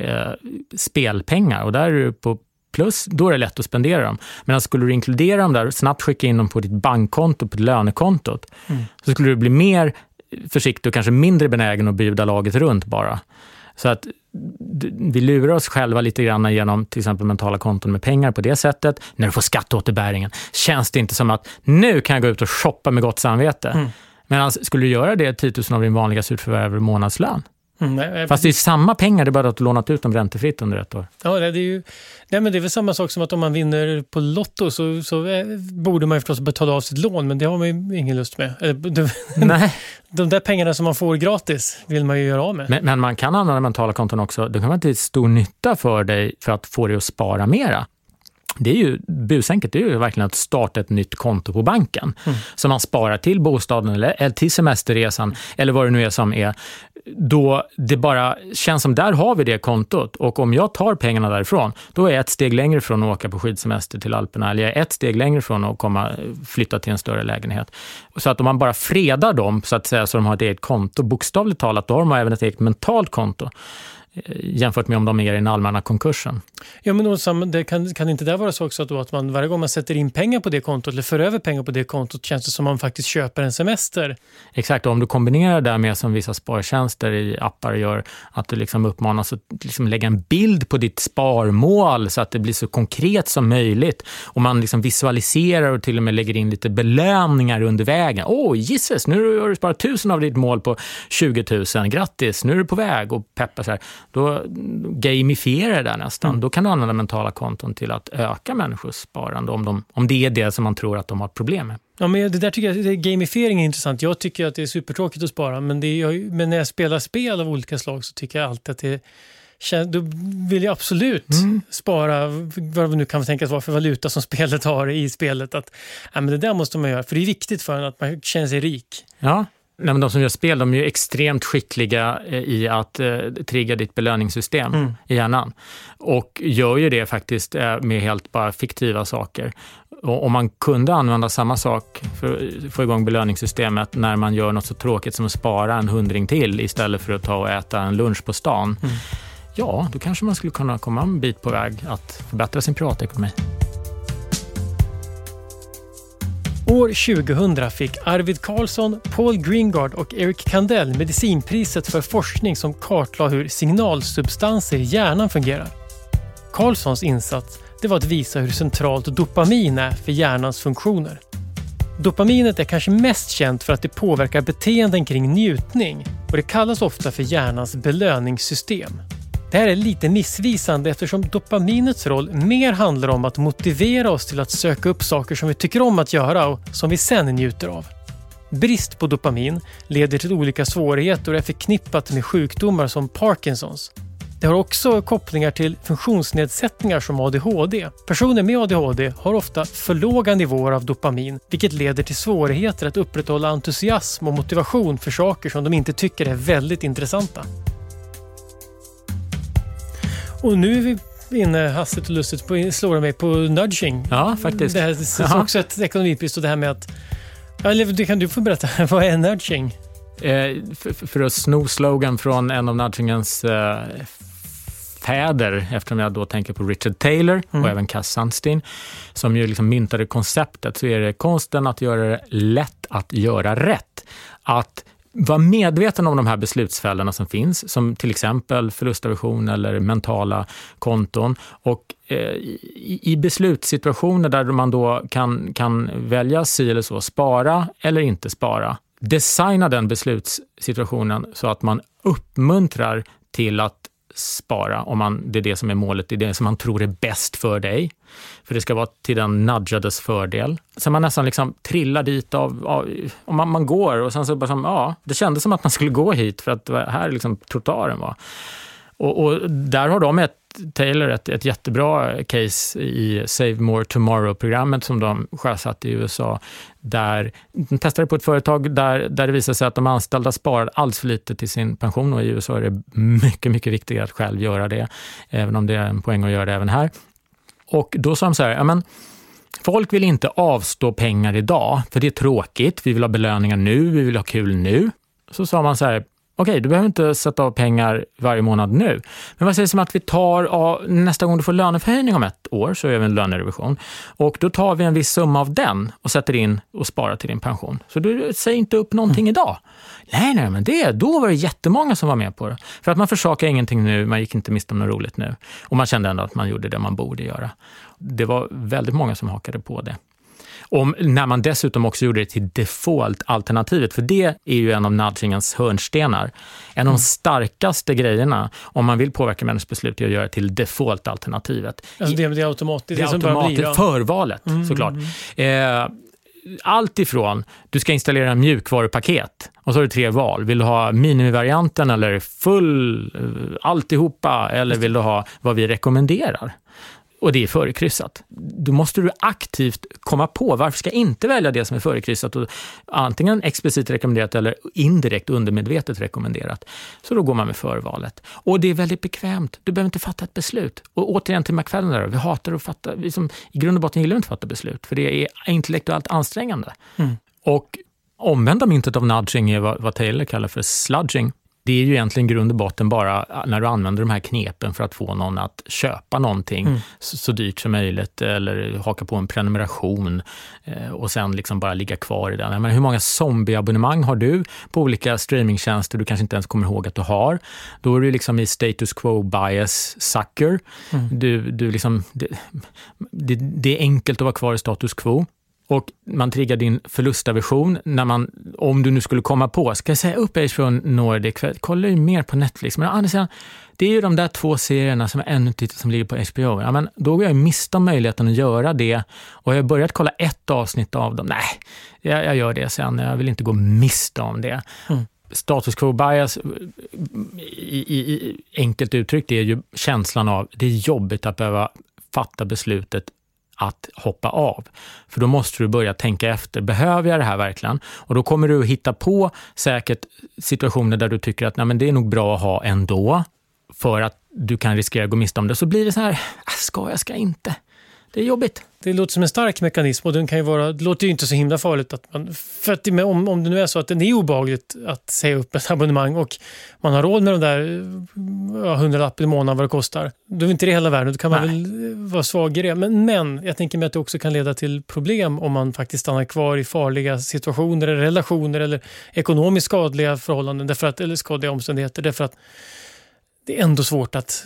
spelpengar, och där är du på plus, då är det lätt att spendera dem. Men skulle du inkludera dem där och snabbt skicka in dem på ditt bankkonto, på lönekontot, så skulle du bli mer försiktig och kanske mindre benägen att bjuda laget runt bara. Så att vi lurar oss själva lite grann genom till exempel mentala konton med pengar på det sättet. När du får skatteåterbäringen känns det inte som att nu kan jag gå ut och shoppa med gott samvete. Men skulle du göra det 10 000 av din vanliga slutförvärv månadslön? Fast det är samma pengar, det är bara att du lånat ut dem räntefritt under ett år. Ja, det är ju, men det är väl samma sak som att om man vinner på Lotto så borde man ju förstås betala av sitt lån, men det har man ju ingen lust med. Nej. De där pengarna som man får gratis vill man ju göra av med. Men man kan använda mentala konton också. Det kan vara till stor nytta för dig för att få dig att spara mera. Det är ju busenkelt, det är ju verkligen att starta ett nytt konto på banken som man sparar till bostaden eller till semesterresan eller vad det nu är som är då det bara känns som där har vi det kontot, och om jag tar pengarna därifrån, då är jag ett steg längre från att åka på skidsemester till Alperna, eller jag är ett steg längre från att flytta till en större lägenhet. Så att om man bara fredar dem så att säga, så de har ett eget konto, bokstavligt talat, då har de även ett eget mentalt konto jämfört med om de är i den allmänna konkursen. Ja, men det kan inte där vara så också att man varje gång man sätter in pengar på det kontot eller för över pengar på det kontot, känns det som man faktiskt köper en semester? Exakt, och om du kombinerar det med som vissa spartjänster i appar gör, att du liksom uppmanas att liksom lägga en bild på ditt sparmål så att det blir så konkret som möjligt, och man liksom visualiserar och till och med lägger in lite belöningar under vägen. Jesus, nu har du sparat 1000 av ditt mål på 20 000, grattis, nu är du på väg, och peppar så här. Då gamifierar det nästan. Då kan du använda mentala konton till att öka människors sparande om det är det som man tror att de har problem med. Ja, men det där tycker jag, gamifiering är intressant. Jag tycker att det är supertråkigt att spara, men när jag spelar spel av olika slag så tycker jag alltid att då vill jag absolut spara vad det nu kan tänkas vara för valuta som spelet har i spelet. Men det där måste man göra, för det är viktigt för en att man känner sig rik. Ja. Nej, men de som gör spel, de är ju extremt skickliga i att trigga ditt belöningssystem i hjärnan. Och gör ju det faktiskt med helt bara fiktiva saker. Och om man kunde använda samma sak för att få igång belöningssystemet när man gör något så tråkigt som att spara en 100 till istället för att ta och äta en lunch på stan. Ja, då kanske man skulle kunna komma en bit på väg att förbättra sin privatekonomi. År 2000 fick Arvid Carlsson, Paul Greengard och Eric Kandel medicinpriset för forskning som kartlade hur signalsubstanser i hjärnan fungerar. Carlssons insats, det var att visa hur centralt dopamin är för hjärnans funktioner. Dopaminet är kanske mest känt för att det påverkar beteenden kring njutning, och det kallas ofta för hjärnans belöningssystem. Det här är lite missvisande eftersom dopaminets roll mer handlar om att motivera oss till att söka upp saker som vi tycker om att göra och som vi sen njuter av. Brist på dopamin leder till olika svårigheter och är förknippat med sjukdomar som Parkinsons. Det har också kopplingar till funktionsnedsättningar som ADHD. Personer med ADHD har ofta för låga nivåer av dopamin, vilket leder till svårigheter att upprätthålla entusiasm och motivation för saker som de inte tycker är väldigt intressanta. Och nu är vi inne hastigt och lustigt på slår mig på nudging. Ja, faktiskt. Det här är också ett ekonomipris, och det här med att... Ja, det kan du få berätta. Vad är nudging? För att sno slogan från en av nudgingens fäder, eftersom jag då tänker på Richard Taylor och även Cass Sunstein, som ju liksom myntade konceptet, så är det konsten att göra det lätt att göra rätt. Att vara medveten om de här beslutsfällorna som finns, som till exempel förlustaversion eller mentala konton, och i beslutssituationer där man då kan välja si eller så, spara eller inte spara. Designa den beslutssituationen så att man uppmuntrar till att spara, om det är det som är målet, det är det som man tror är bäst för dig. För det ska vara till den nudgades fördel. Så man nästan liksom trillar dit om man går, och sen så bara det kändes som att man skulle gå hit för att här liksom trottoaren var. Och där har de Taylor ett jättebra case i Save More Tomorrow-programmet som de sjösatte i USA, där de testade på ett företag där det visade sig att de anställda sparade alldeles för lite till sin pension, och i USA är det mycket, mycket viktigare att själv göra det, även om det är en poäng att göra det även här. Och då sa de så här, folk vill inte avstå pengar idag, för det är tråkigt, vi vill ha belöningar nu, vi vill ha kul nu. Så sa man så här, okej, du behöver inte sätta av pengar varje månad nu. Men vad sägs om att vi tar nästa gång du får löneförhöjning om 1 år, så gör vi en lönerevision. Och då tar vi en viss summa av den och sätter in och sparar till din pension. Så du säger inte upp någonting idag. Nej, men då var det jättemånga som var med på det. För att man försakar ingenting nu, man gick inte miste om något roligt nu. Och man kände ändå att man gjorde det man borde göra. Det var väldigt många som hakade på det. När man dessutom också gjorde det till default-alternativet, för det är ju en av nudgingens hörnstenar. En av de starkaste grejerna om man vill påverka människors beslut är att göra det till default-alternativet. Alltså det är automatiskt. Det är automatiskt, förvalet såklart. Allt ifrån, du ska installera en mjukvarupaket och så har du 3 val. Vill du ha minimivarianten eller full alltihopa, eller vill du ha vad vi rekommenderar? och det är förekryssat. Då måste du aktivt komma på varför ska jag inte välja det som är förekryssat och antingen explicit rekommenderat eller indirekt undermedvetet rekommenderat. Så då går man med förvalet. Och det är väldigt bekvämt. Du behöver inte fatta ett beslut. Och återigen till McFadden där, vi hatar att fatta, i grund och botten gillar vi inte att fatta beslut för det är intellektuellt ansträngande. Och omvända myntet av nudging är vad Taylor kallar för sludging. Det är ju egentligen grund och botten bara när du använder de här knepen för att få någon att köpa någonting så dyrt som möjligt eller haka på en prenumeration och sen liksom bara ligga kvar i den. Men hur många zombieabonnemang har du på olika streamingtjänster du kanske inte ens kommer ihåg att du har? Då är du liksom i status quo bias sucker. Du liksom, det är enkelt att vara kvar i status quo. Och man triggar din förlustaversion när om du nu skulle komma på, ska jag säga upp HBO Nordic, kolla ju mer på Netflix. Men andra sidan, det är ju de där 2 serierna som ännu tittar som ligger på HBO. Ja, men då går jag mista möjligheten att göra det. Och jag har börjat kolla 1 avsnitt av dem. Nej, jag gör det sen. Jag vill inte gå miste om det. Status quo bias i enkelt uttryckt är ju känslan av det är jobbigt att behöva fatta beslutet att hoppa av. För då måste du börja tänka efter, behöver jag det här verkligen? Och då kommer du att hitta på säkert situationer där du tycker att nej, men det är nog bra att ha ändå för att du kan riskera att gå miste om det. Så blir det så här, ska jag inte? Det är jobbigt. Det låter som en stark mekanism och den kan ju det låter ju inte så himla farligt att för att om det nu är så att det är obehagligt att säga upp ett abonnemang och man har råd med de där 100-lapp i månaden vad det kostar. Då är inte det hela världen, då kan man väl vara svag i det. Men jag tänker mig att det också kan leda till problem om man faktiskt stannar kvar i farliga situationer eller relationer eller ekonomiskt skadliga förhållanden eller skadliga omständigheter därför att det är ändå svårt att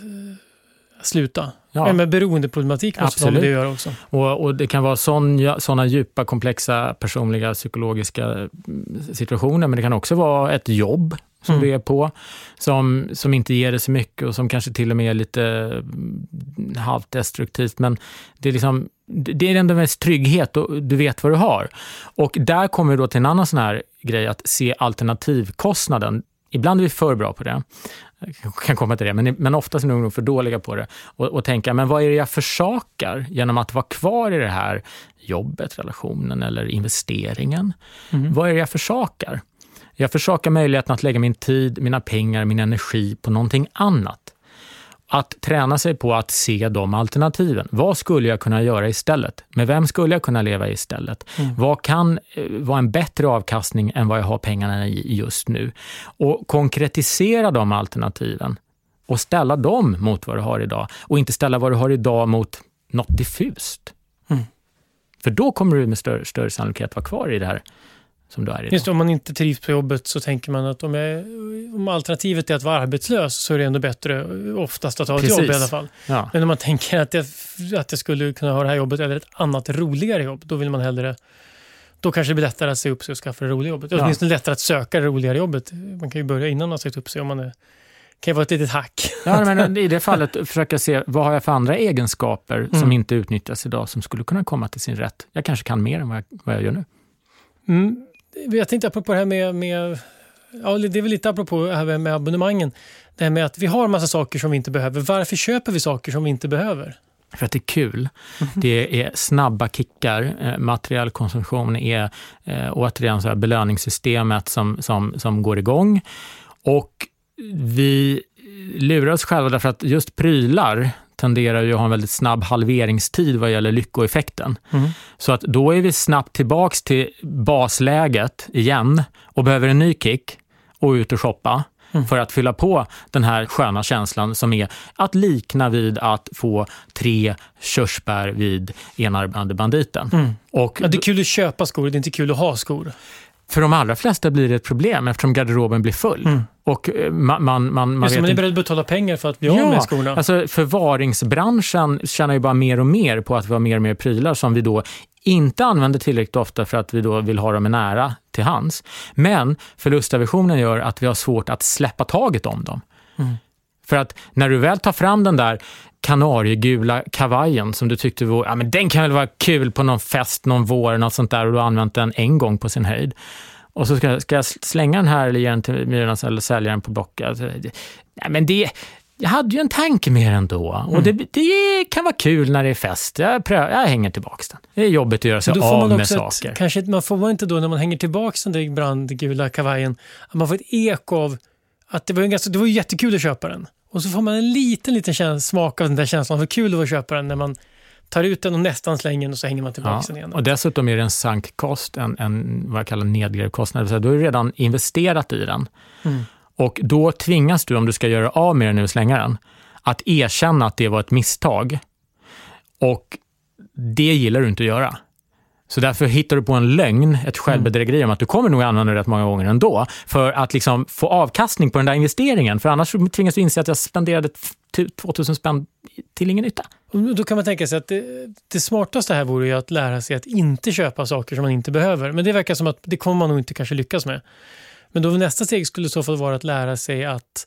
sluta. Ja. Men beroendeproblematik måste man det göra också. Och det kan vara sådana djupa, komplexa, personliga, psykologiska situationer, men det kan också vara ett jobb som du är på som inte ger dig så mycket och som kanske till och med är lite halvt destruktivt, men det är liksom det är ändå mest trygghet och du vet vad du har. Och där kommer vi då till en annan sån här grej att se alternativkostnaden. Ibland är vi för bra på det. Jag kan komma till det, men oftast är vi nog för dåliga på det. Och tänka, men vad är det jag försakar genom att vara kvar i det här jobbet, relationen eller investeringen? Vad är det jag försakar? Jag försakar möjligheten att lägga min tid, mina pengar, min energi på någonting annat. Att träna sig på att se de alternativen. Vad skulle jag kunna göra istället? Med vem skulle jag kunna leva istället? Vad kan vara en bättre avkastning än vad jag har pengarna i just nu? Och konkretisera de alternativen. Och ställa dem mot vad du har idag. Och inte ställa vad du har idag mot något diffust. För då kommer du med större sannolikhet vara kvar i det här som du är idag. Just om man inte trivs på jobbet så tänker man att om alternativet är att vara arbetslös så är det ändå bättre oftast att ha ett jobb i alla fall. Ja. Men om man tänker att jag skulle kunna ha det här jobbet eller ett annat roligare jobb, då vill man hellre, då kanske det blir lättare att se upp sig och skaffa det roliga jobbet. Det är åtminstone lättare att söka det roligare jobbet. Man kan ju börja innan man har sett upp sig om man kan ju vara ett litet hack. Ja, men i det fallet försöka se vad har jag för andra egenskaper som inte utnyttjas idag som skulle kunna komma till sin rätt. Jag kanske kan mer än vad jag gör nu. Jag tänkte apropå det här med det är väl lite apropå det här med abonnemangen. Det här med att vi har en massa saker som vi inte behöver. Varför köper vi saker som vi inte behöver? För att det är kul. Det är snabba kickar. Materiell konsumtion är återigen så här belöningssystemet som går igång. Och vi lurar oss själva därför att just prylar tenderar ju att ha en väldigt snabb halveringstid vad gäller lyckoeffekten. Så att då är vi snabbt tillbaks till basläget igen och behöver en ny kick och ut och shoppa för att fylla på den här sköna känslan som är att likna vid att få 3 körsbär vid enarmade banditen. Och det är kul att köpa skor, det är inte kul att ha skor. För de allra flesta blir det ett problem eftersom garderoben blir full. Och man är beredd att betala pengar för att bli av med skorna. Alltså förvaringsbranschen tjänar ju bara mer och mer på att vi har mer och mer prylar som vi då inte använder tillräckligt ofta för att vi då vill ha dem nära till hands. Men förlustaversionen gör att vi har svårt att släppa taget om dem. För att när du väl tar fram den där kanariegula kavajen som du tyckte var, men den kan väl vara kul på någon fest, någon vår, något sånt där och du har använt den en gång på sin höjd. Och så ska jag slänga den här eller ge den till Myrornas eller sälja den på Blocket. Men det jag hade ju en tanke med den då. Och det kan vara kul när det är fest. Jag hänger tillbaka den. Det är jobbigt att göra sig av med saker. Kanske man får inte då när man hänger tillbaka den där brandgula kavajen, att man får ett eko av att det var ju jättekul att köpa den. Och så får man en liten smak av den där känslan. För kul att köpa den när man tar ut den och nästan slänger den och så hänger man tillbaka den igen. Och dessutom är det en sankkost, en vad jag kallar nedgrävkostnad. Så du har ju redan investerat i den. Och då tvingas du, om du ska göra av med den nu och slänga den, att erkänna att det var ett misstag. Och det gillar du inte att göra. Så därför hittar du på en lögn, ett självbedrägeri om att du kommer nog använda det rätt många gånger ändå för att liksom få avkastning på den där investeringen. För annars tvingas du inse att jag spenderade 2000 spänn till ingen nytta. Då kan man tänka sig att det smartaste här vore ju att lära sig att inte köpa saker som man inte behöver. Men det verkar som att det kommer man nog inte kanske lyckas med. Men då nästa steg skulle i så fall vara att lära sig att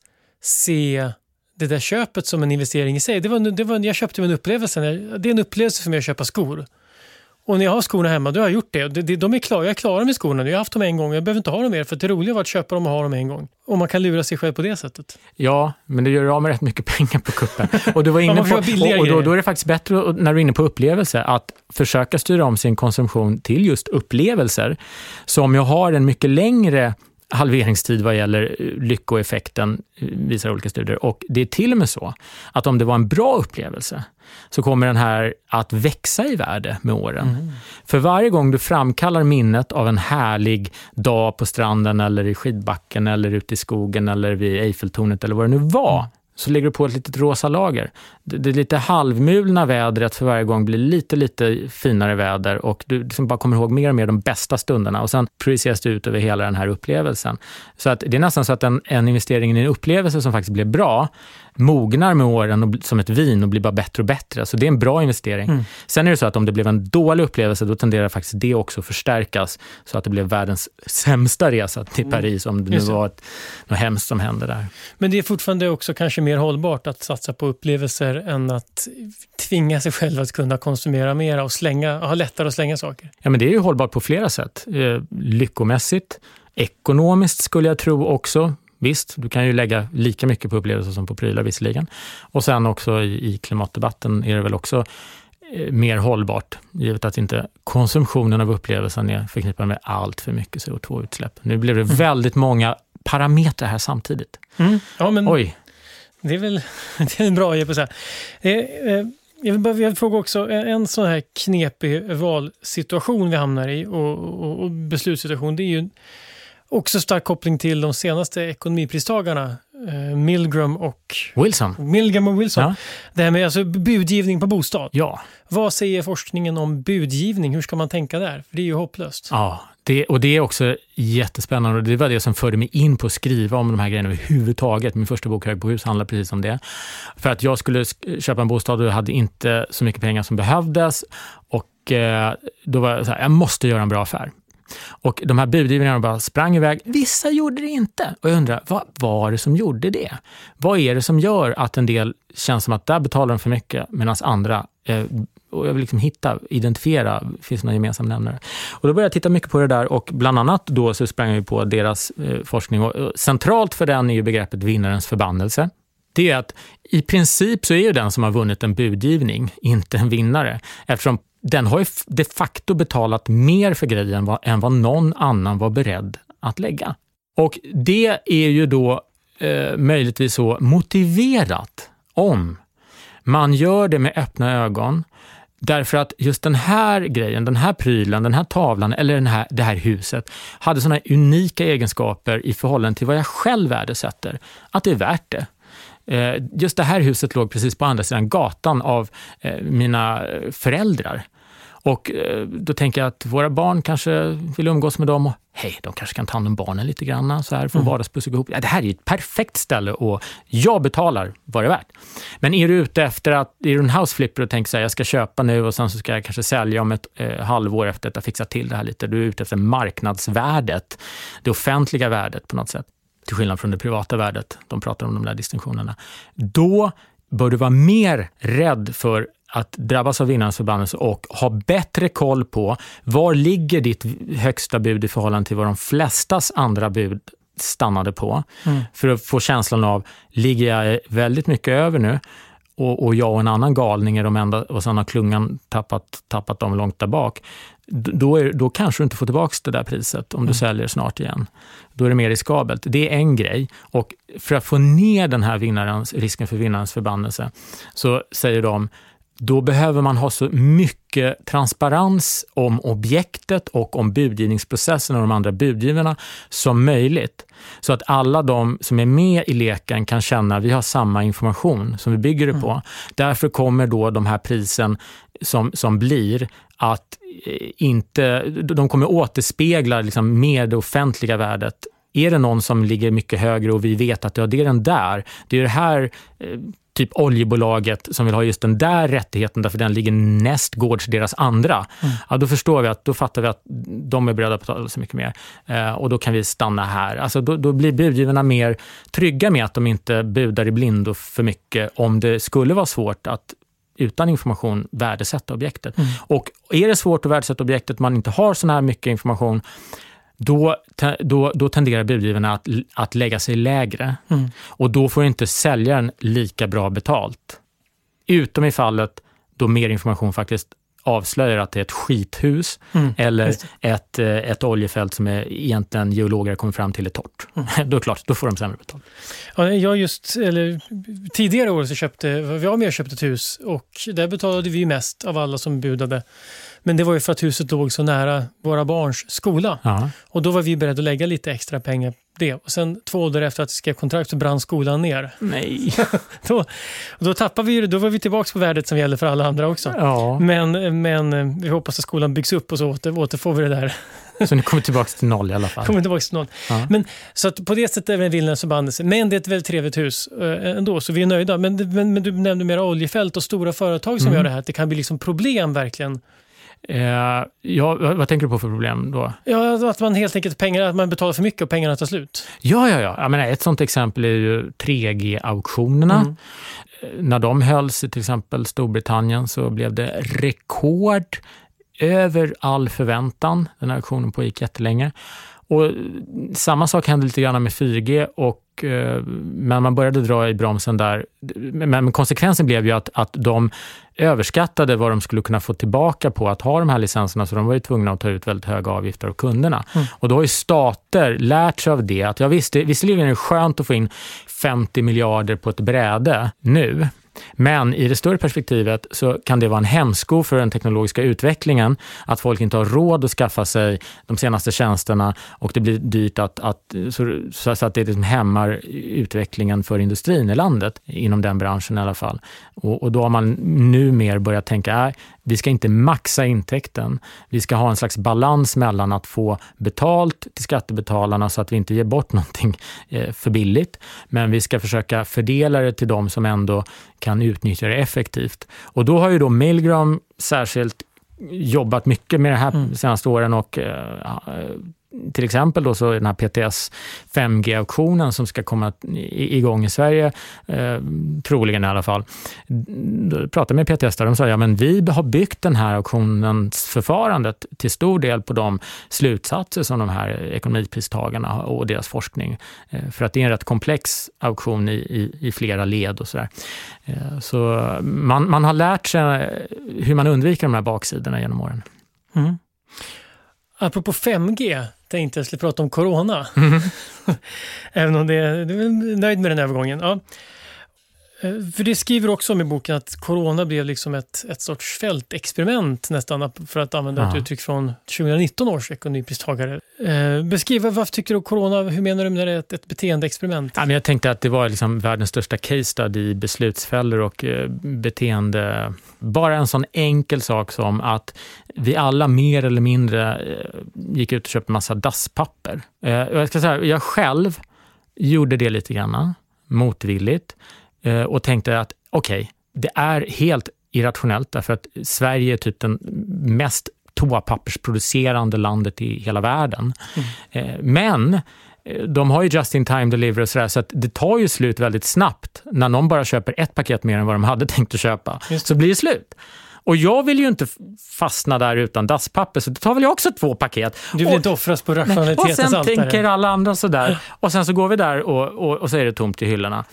se det där köpet som en investering i sig. Jag köpte en upplevelse. Det är en upplevelse för mig att köpa skor. Och när jag har skorna hemma, då har jag gjort det. De är klara. Jag är klar med skorna. Jag har haft dem en gång. Jag behöver inte ha dem mer för det roliga var att köpa dem och ha dem en gång. Och man kan lura sig själv på det sättet. Ja, men det gör av med rätt mycket pengar på kuppen. Och du var inne på, och då är det faktiskt bättre när du är inne på upplevelse att försöka styra om sin konsumtion till just upplevelser. Så om jag har en mycket längre halveringstid vad gäller lyckoeffekten visar olika studier. Och det är till och med så att om det var en bra upplevelse så kommer den här att växa i värde med åren. För varje gång du framkallar minnet av en härlig dag på stranden eller i skidbacken eller ute i skogen eller vid Eiffeltornet eller vad det nu var, så lägger du på ett litet rosa lager. Det är lite halvmulna vädret för varje gång blir lite finare väder och du liksom bara kommer ihåg mer och mer de bästa stunderna och sen projiceras du ut över hela den här upplevelsen. Så att det är nästan så att en investering i en upplevelse som faktiskt blir bra mognar med åren och, som ett vin och blir bara bättre och bättre. Så det är en bra investering. Sen är det så att om det blev en dålig upplevelse då tenderar faktiskt det också förstärkas så att det blev världens sämsta resa till Paris om det nu var något hemskt som hände där. Men det är fortfarande också kanske mer hållbart att satsa på upplevelser än att tvinga sig själv att kunna konsumera mer och ha lättare att slänga saker. Ja, men det är ju hållbart på flera sätt. Lyckomässigt, ekonomiskt skulle jag tro också. Visst, du kan ju lägga lika mycket på upplevelser som på prylar visserligen. Och sen också i klimatdebatten är det väl också mer hållbart, givet att inte konsumtionen av upplevelsen är förknippad med allt för mycket CO2-utsläpp. Nu blir det väldigt många parametrar här samtidigt. Ja, men oj. Det är väl det är en bra idé på så här. Jag vill fråga också, en sån här knepig valsituation vi hamnar i och beslutssituation, det är ju också stark koppling till de senaste ekonomipristagarna, Milgram och Wilson. Ja. Det här med alltså budgivning på bostad. Ja. Vad säger forskningen om budgivning? Hur ska man tänka där? För det är ju hopplöst. Ja, det är också jättespännande och det var det som förde mig in på att skriva om de här grejerna överhuvudtaget. Min första bok Hög på hus handlar precis om det. För att jag skulle köpa en bostad och jag hade inte så mycket pengar som behövdes och då var jag så här, jag måste göra en bra affär. Och de här budgivarna bara sprang iväg. Vissa gjorde det inte. Och jag undrar, vad var det som gjorde det? Vad är det som gör att en del känns som att där betalar de för mycket medan andra, och jag vill liksom identifiera, finns det någon gemensam nämnare. Och då började jag titta mycket på det där och bland annat då så sprang jag på deras forskning. Och centralt för den är ju begreppet vinnarens förbannelse. Det är att i princip så är ju den som har vunnit en budgivning inte en vinnare. Eftersom den har ju de facto betalat mer för grejen än vad någon annan var beredd att lägga. Och det är ju då möjligtvis så motiverat om man gör det med öppna ögon. Därför att just den här grejen, den här prylen, den här tavlan eller det här huset hade sådana unika egenskaper i förhållande till vad jag själv värdesätter. Att det är värt det. Just det här huset låg precis på andra sidan gatan av mina föräldrar. Och då tänker jag att våra barn kanske vill umgås med dem och hej, de kanske kan ta hand om barnen lite grann så här för vardagspuss och ihop. Ja, det här är ett perfekt ställe och jag betalar vad det är värt. Men är du ute efter att, är du en houseflipper och tänker så här, jag ska köpa nu och sen så ska jag kanske sälja om ett halvår efter att jag fixat till det här lite. Du är ute efter marknadsvärdet, det offentliga värdet på något sätt. Till skillnad från det privata värdet, de pratar om de där distinktionerna. Då bör du vara mer rädd för att drabbas av vinnarens förbannelse och ha bättre koll på var ligger ditt högsta bud i förhållande till vad de flestas andra bud stannade på. För att få känslan av, ligger jag väldigt mycket över nu och jag och en annan galning är de enda, och sen har klungan tappat dem långt där bak. Då kanske du inte får tillbaka det där priset om du säljer snart igen. Då är det mer riskabelt. Det är en grej. Och för att få ner den här risken för vinnarens förbannelse, så säger de, då behöver man ha så mycket transparens om objektet och om budgivningsprocessen och de andra budgivarna som möjligt. Så att alla de som är med i leken kan känna att vi har samma information som vi bygger det på. Därför kommer då de här prisen som blir att de kommer återspegla liksom mer det offentliga värdet. Är det någon som ligger mycket högre och vi vet att det är den där, det är det här typ oljebolaget som vill ha just den där rättigheten därför den ligger nästgårds deras andra. Ja, då fattar vi att de är beredda att betala så mycket mer. Och då kan vi stanna här. Alltså då blir budgivarna mer trygga med att de inte budar i blindo för mycket om det skulle vara svårt att utan information värdesätta objektet. Och är det svårt att värdesätta objektet, man inte har så här mycket information, då tenderar budgivarna att lägga sig lägre. Och då får inte säljaren lika bra betalt. Utom i fallet då mer information faktiskt avslöjar att det är ett skithus eller ett oljefält som egentligen geologer kommer fram till är torrt. Då är klart, då får de sämre betalt. Ja, tidigare år så köpte ett hus och där betalade vi mest av alla som budade. Men det var ju för att huset låg så nära våra barns skola. Ja. Och då var vi beredda att lägga lite extra pengar på det. Och sen 2 år efter att vi skrev kontrakt så brann skolan ner. Nej. då tappade vi, då var vi tillbaka på värdet som gäller för alla andra också. Ja. Men vi hoppas att skolan byggs upp och så återfår vi det där. Så ni kommer tillbaka till 0 i alla fall. Kommer tillbaka till 0. Ja. Men så att på det sättet är det en vinnarens förbannelse. Men det är ett väldigt trevligt hus ändå, så vi är nöjda. Men du nämnde mer oljefält och stora företag som gör det här. Att det kan bli liksom problem verkligen. Vad tänker du på för problem då? Ja, att man helt enkelt att man betalar för mycket och pengarna tar slut. Ja. Jag menar, ett sånt exempel är ju 3G-auktionerna. När de hölls i till exempel Storbritannien så blev det rekord över all förväntan. Den här auktionen pågick jättelänge. Och samma sak hände lite grann med 4G men man började dra i bromsen där. Men konsekvensen blev ju att de överskattade vad de skulle kunna få tillbaka på att ha de här licenserna, så de var ju tvungna att ta ut väldigt höga avgifter av kunderna. Och då har ju stater lärt sig av det. Att visserligen är det skönt att få in 50 miljarder på ett bräde nu. Men i det större perspektivet så kan det vara en hämsko för den teknologiska utvecklingen att folk inte har råd att skaffa sig de senaste tjänsterna och det blir dyrt så att det liksom hämmar utvecklingen för industrin i landet, inom den branschen i alla fall. Och då har man nu mer börjat tänka vi ska inte maxa intäkten. Vi ska ha en slags balans mellan att få betalt till skattebetalarna så att vi inte ger bort någonting för billigt. Men vi ska försöka fördela det till de som ändå kan utnyttja det effektivt. Och då har ju då Milgram särskilt jobbat mycket med det här senaste åren och till exempel då så den här PTS 5G-auktionen som ska komma igång i Sverige, troligen i alla fall. Då pratade med PTS där, de sa men vi har byggt den här auktionens förfarandet till stor del på de slutsatser som de här ekonomipristagarna och deras forskning. För att det är en rätt komplex auktion i flera led och sådär. Så man har lärt sig hur man undviker de här baksidorna genom åren. Apropå 5G tänkte jag skulle prata om corona. Även om du är nöjd med den övergången. Ja. För det skriver också om i boken att corona blev liksom ett sorts fältexperiment nästan, för att använda ett uttryck från 2019 års ekonomipristagare. Beskriva, varför tycker du corona, hur menar du med det är ett beteendeexperiment? Ja, men jag tänkte att det var liksom världens största case study i beslutsfällor och beteende. Bara en sån enkel sak som att vi alla mer eller mindre gick ut och köpte massa dasspapper. Jag ska säga, jag själv gjorde det lite grann motvilligt. Och tänkte att det är helt irrationellt därför att Sverige är typ den mest toapappersproducerande landet i hela världen. Men de har ju just-in-time delivery och sådär, så att det tar ju slut väldigt snabbt när någon bara köper ett paket mer än vad de hade tänkt att köpa. Så blir det slut. Och jag vill ju inte fastna där utan dasspapper, så det tar väl jag också 2 paket. Du vill inte offras på rationalitetens altare. Och sen tänker alla andra sådär. Och sen så går vi där och så är det tomt i hyllorna.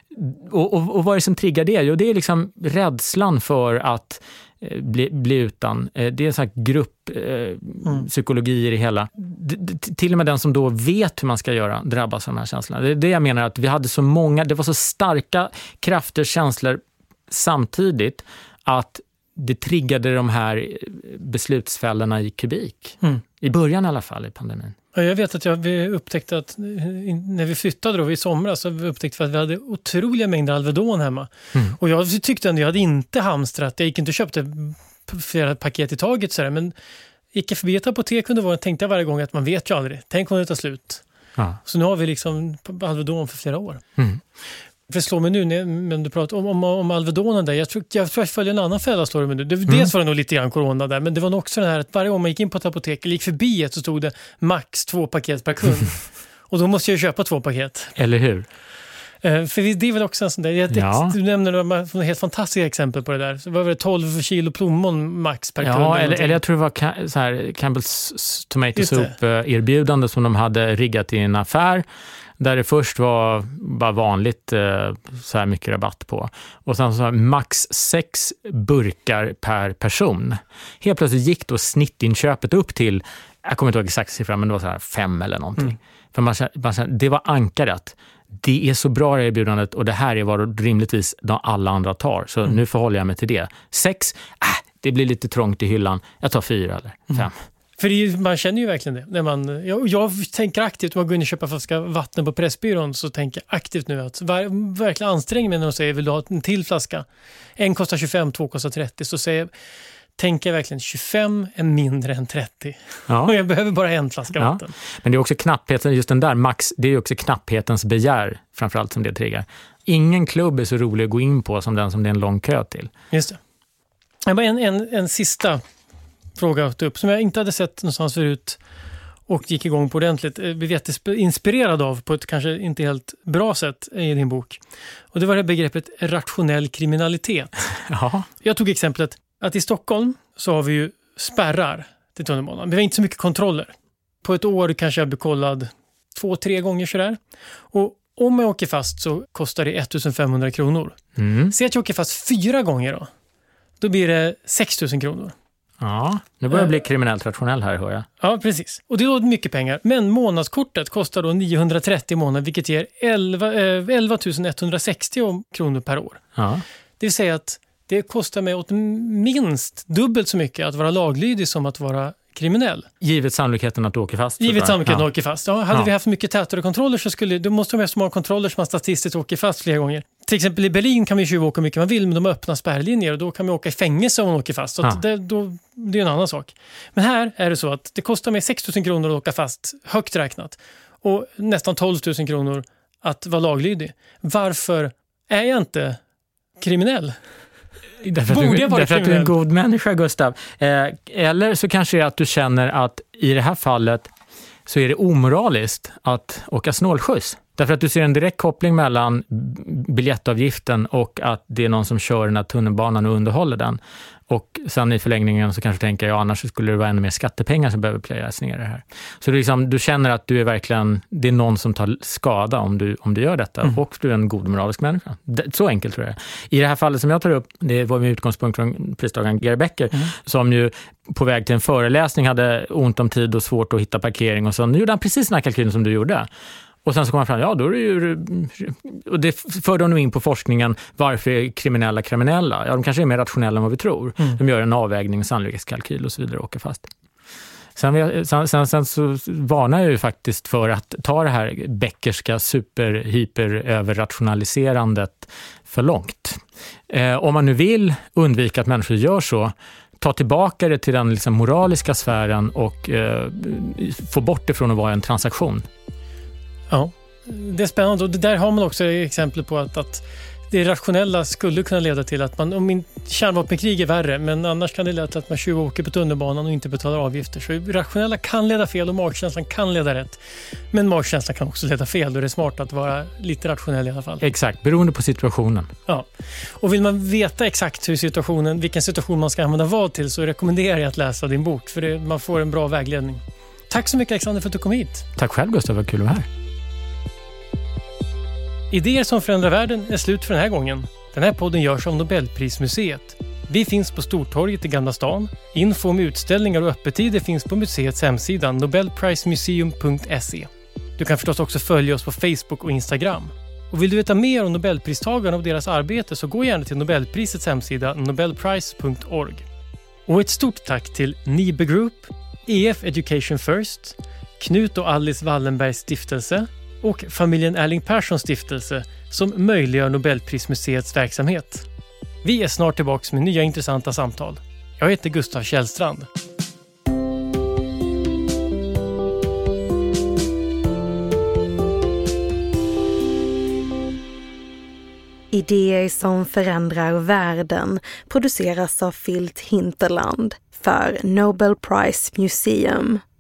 Och vad är det som triggar det? Jo, det är liksom rädslan för att bli utan. Det är en sån här grupppsykologi i det hela. Till och med den som då vet hur man ska göra drabbas av de här känslorna. Det är det jag menar, att vi hade så många, det var så starka krafter, känslor samtidigt att det triggade de här beslutsfällorna i kubik. I början i alla fall i pandemin. Ja, jag vet att vi upptäckte att när vi flyttade då i somras så vi upptäckte att vi hade otroliga mängder Alvedon hemma. Och jag tyckte ändå jag hade inte hamstrat. Jag gick inte och köpte flera paket i taget så där, men gick jag förbi ett apotek under våren, tänkte jag varje gång att man vet ju aldrig. Tänk om det tar slut. Ja. Så nu har vi liksom Alvedon för flera år. För det slår mig nu när du pratar om Alvedonen där. Jag tror jag följer en annan fälla står det med nu. Dels var det nog lite grann corona där, men det var nog också den här att varje gång man gick in på ett apotek eller gick förbi ett så stod det max 2 paket per kund. Och då måste jag ju köpa 2 paket. Eller hur? För det är väl också en sån där, du nämner några helt fantastiska exempel på det där. Så var det 12 kilo plommon max per kund? Ja, eller jag tror det var så här Campbell's Tomato Soup erbjudande som de hade riggat i en affär. Där det först var bara vanligt så här mycket rabatt på. Och sen så här, max 6 burkar per person. Helt plötsligt gick då snittinköpet upp till, jag kommer inte ihåg exakt siffran, men det var så här 5 eller någonting. För man, det var ankarat. Det är så bra erbjudandet och det här är vad rimligtvis alla andra tar. Så nu förhåller jag mig till det. 6, det blir lite trångt i hyllan. Jag tar 4 eller 5. För man känner ju verkligen det. När jag tänker aktivt, om jag går in och köper flaska vatten på Pressbyrån så tänker jag aktivt nu att verkligen anstränger mig när de säger vill du ha en till flaska. En kostar 25, 2 kostar 30. Så tänker jag verkligen 25 är mindre än 30. Ja. Och jag behöver bara en flaska vatten. Men det är också knappheten, just den där max, det är också knapphetens begär framförallt som det triggar. Ingen klubb är så rolig att gå in på som den som det är en lång kö till. Just det. Jag bara en sista fråga upp som jag inte hade sett någonstans förut och gick igång på ordentligt. Vi vet inspirerad av på ett kanske inte helt bra sätt i din bok. Och det var det begreppet rationell kriminalitet. Ja. Jag tog exemplet att i Stockholm så har vi ju spärrar till tunnelbanan. Vi har inte så mycket kontroller. På ett år kanske jag blir kollad 2-3 gånger sådär. Och om jag åker fast så kostar det 1500 kronor. Så att jag åker fast 4 gånger då blir det 6000 kronor. Ja, nu börjar jag bli kriminellt rationell här, hör jag. Ja, precis. Och det är då mycket pengar. Men månadskortet kostar då 930 i månaden, vilket ger 11 160 kronor per år. Ja. Det vill säga att det kostar mig åt minst dubbelt så mycket att vara laglydig som att vara kriminell. Givet sannolikheten att du åker fast. Givet sannolikheten att åka fast. Ja, hade vi haft mycket tätare kontroller så då måste de ha så många kontroller som man statistiskt åker fast flera gånger. Till exempel i Berlin kan vi ju åka mycket man vill, men de öppnar spärrlinjer och då kan vi åka i fängelse om man åker fast. Så det är en annan sak. Men här är det så att det kostar mig 6 000 kronor att åka fast, högt räknat. Och nästan 12 000 kronor att vara laglydig. Varför är jag inte kriminell? Därför att du är en god människa, Gustav. Eller så kanske det är att du känner att i det här fallet så är det omoraliskt att åka snålskjuts. Därför att du ser en direkt koppling mellan biljettavgiften och att det är någon som kör den här tunnelbanan och underhåller den. Och sen i förlängningen så kanske tänker jag annars skulle det vara ännu mer skattepengar som behöver plöjas ner det här. Så du känner att du är verkligen, det är någon som tar skada om du gör detta och du är en god moralisk människa. Så enkelt tror jag. I det här fallet som jag tar upp, det var med utgångspunkt från pristagaren Gary Becker som ju på väg till en föreläsning hade ont om tid och svårt att hitta parkering och så nu gjorde han precis den här kalkylen som du gjorde. Och sen så kommer man fram, då är det ju... Och det för de in på forskningen, varför är kriminella? Ja, de kanske är mer rationella än vad vi tror. De gör en avvägning, sannolikhetskalkyl och så vidare och åker fast. Sen så varnar jag ju faktiskt för att ta det här Beckerska hyper-överrationaliserandet för långt. Om man nu vill undvika att människor gör så, ta tillbaka det till den liksom moraliska sfären och få bort det från att vara en transaktion. Ja, det är spännande och det där har man också exempel på att det rationella skulle kunna leda till att om kärnvapenkrig är värre, men annars kan det leda till att man åker på tunnelbanan och inte betalar avgifter. Så det rationella kan leda fel och magkänslan kan leda rätt. Men magkänslan kan också leda fel och det är smart att vara lite rationell i alla fall. Exakt, beroende på situationen. Ja, och vill man veta exakt vilken situation man ska använda vad till, så rekommenderar jag att läsa din bok, för man får en bra vägledning. Tack så mycket, Alexander, för att du kom hit. Tack själv, Gustav, vad kul att vara här. Idéer som förändrar världen är slut för den här gången. Den här podden görs av Nobelprismuseet. Vi finns på Stortorget i Gamla stan. Info om utställningar och öppettider finns på museets hemsida nobelprismuseum.se. Du kan förstås också följa oss på Facebook och Instagram. Och vill du veta mer om Nobelpristagarna och deras arbete, så gå gärna till Nobelprisets hemsida nobelprice.org. Och ett stort tack till Nibe Group, EF Education First, Knut och Alice Wallenbergs stiftelse och familjen Erling Perssons stiftelse som möjliggör Nobelprismuseets verksamhet. Vi är snart tillbaka med nya intressanta samtal. Jag heter Gustav Källstrand. Idéer som förändrar världen produceras av Filt Hinterland för Nobel Prize Museum.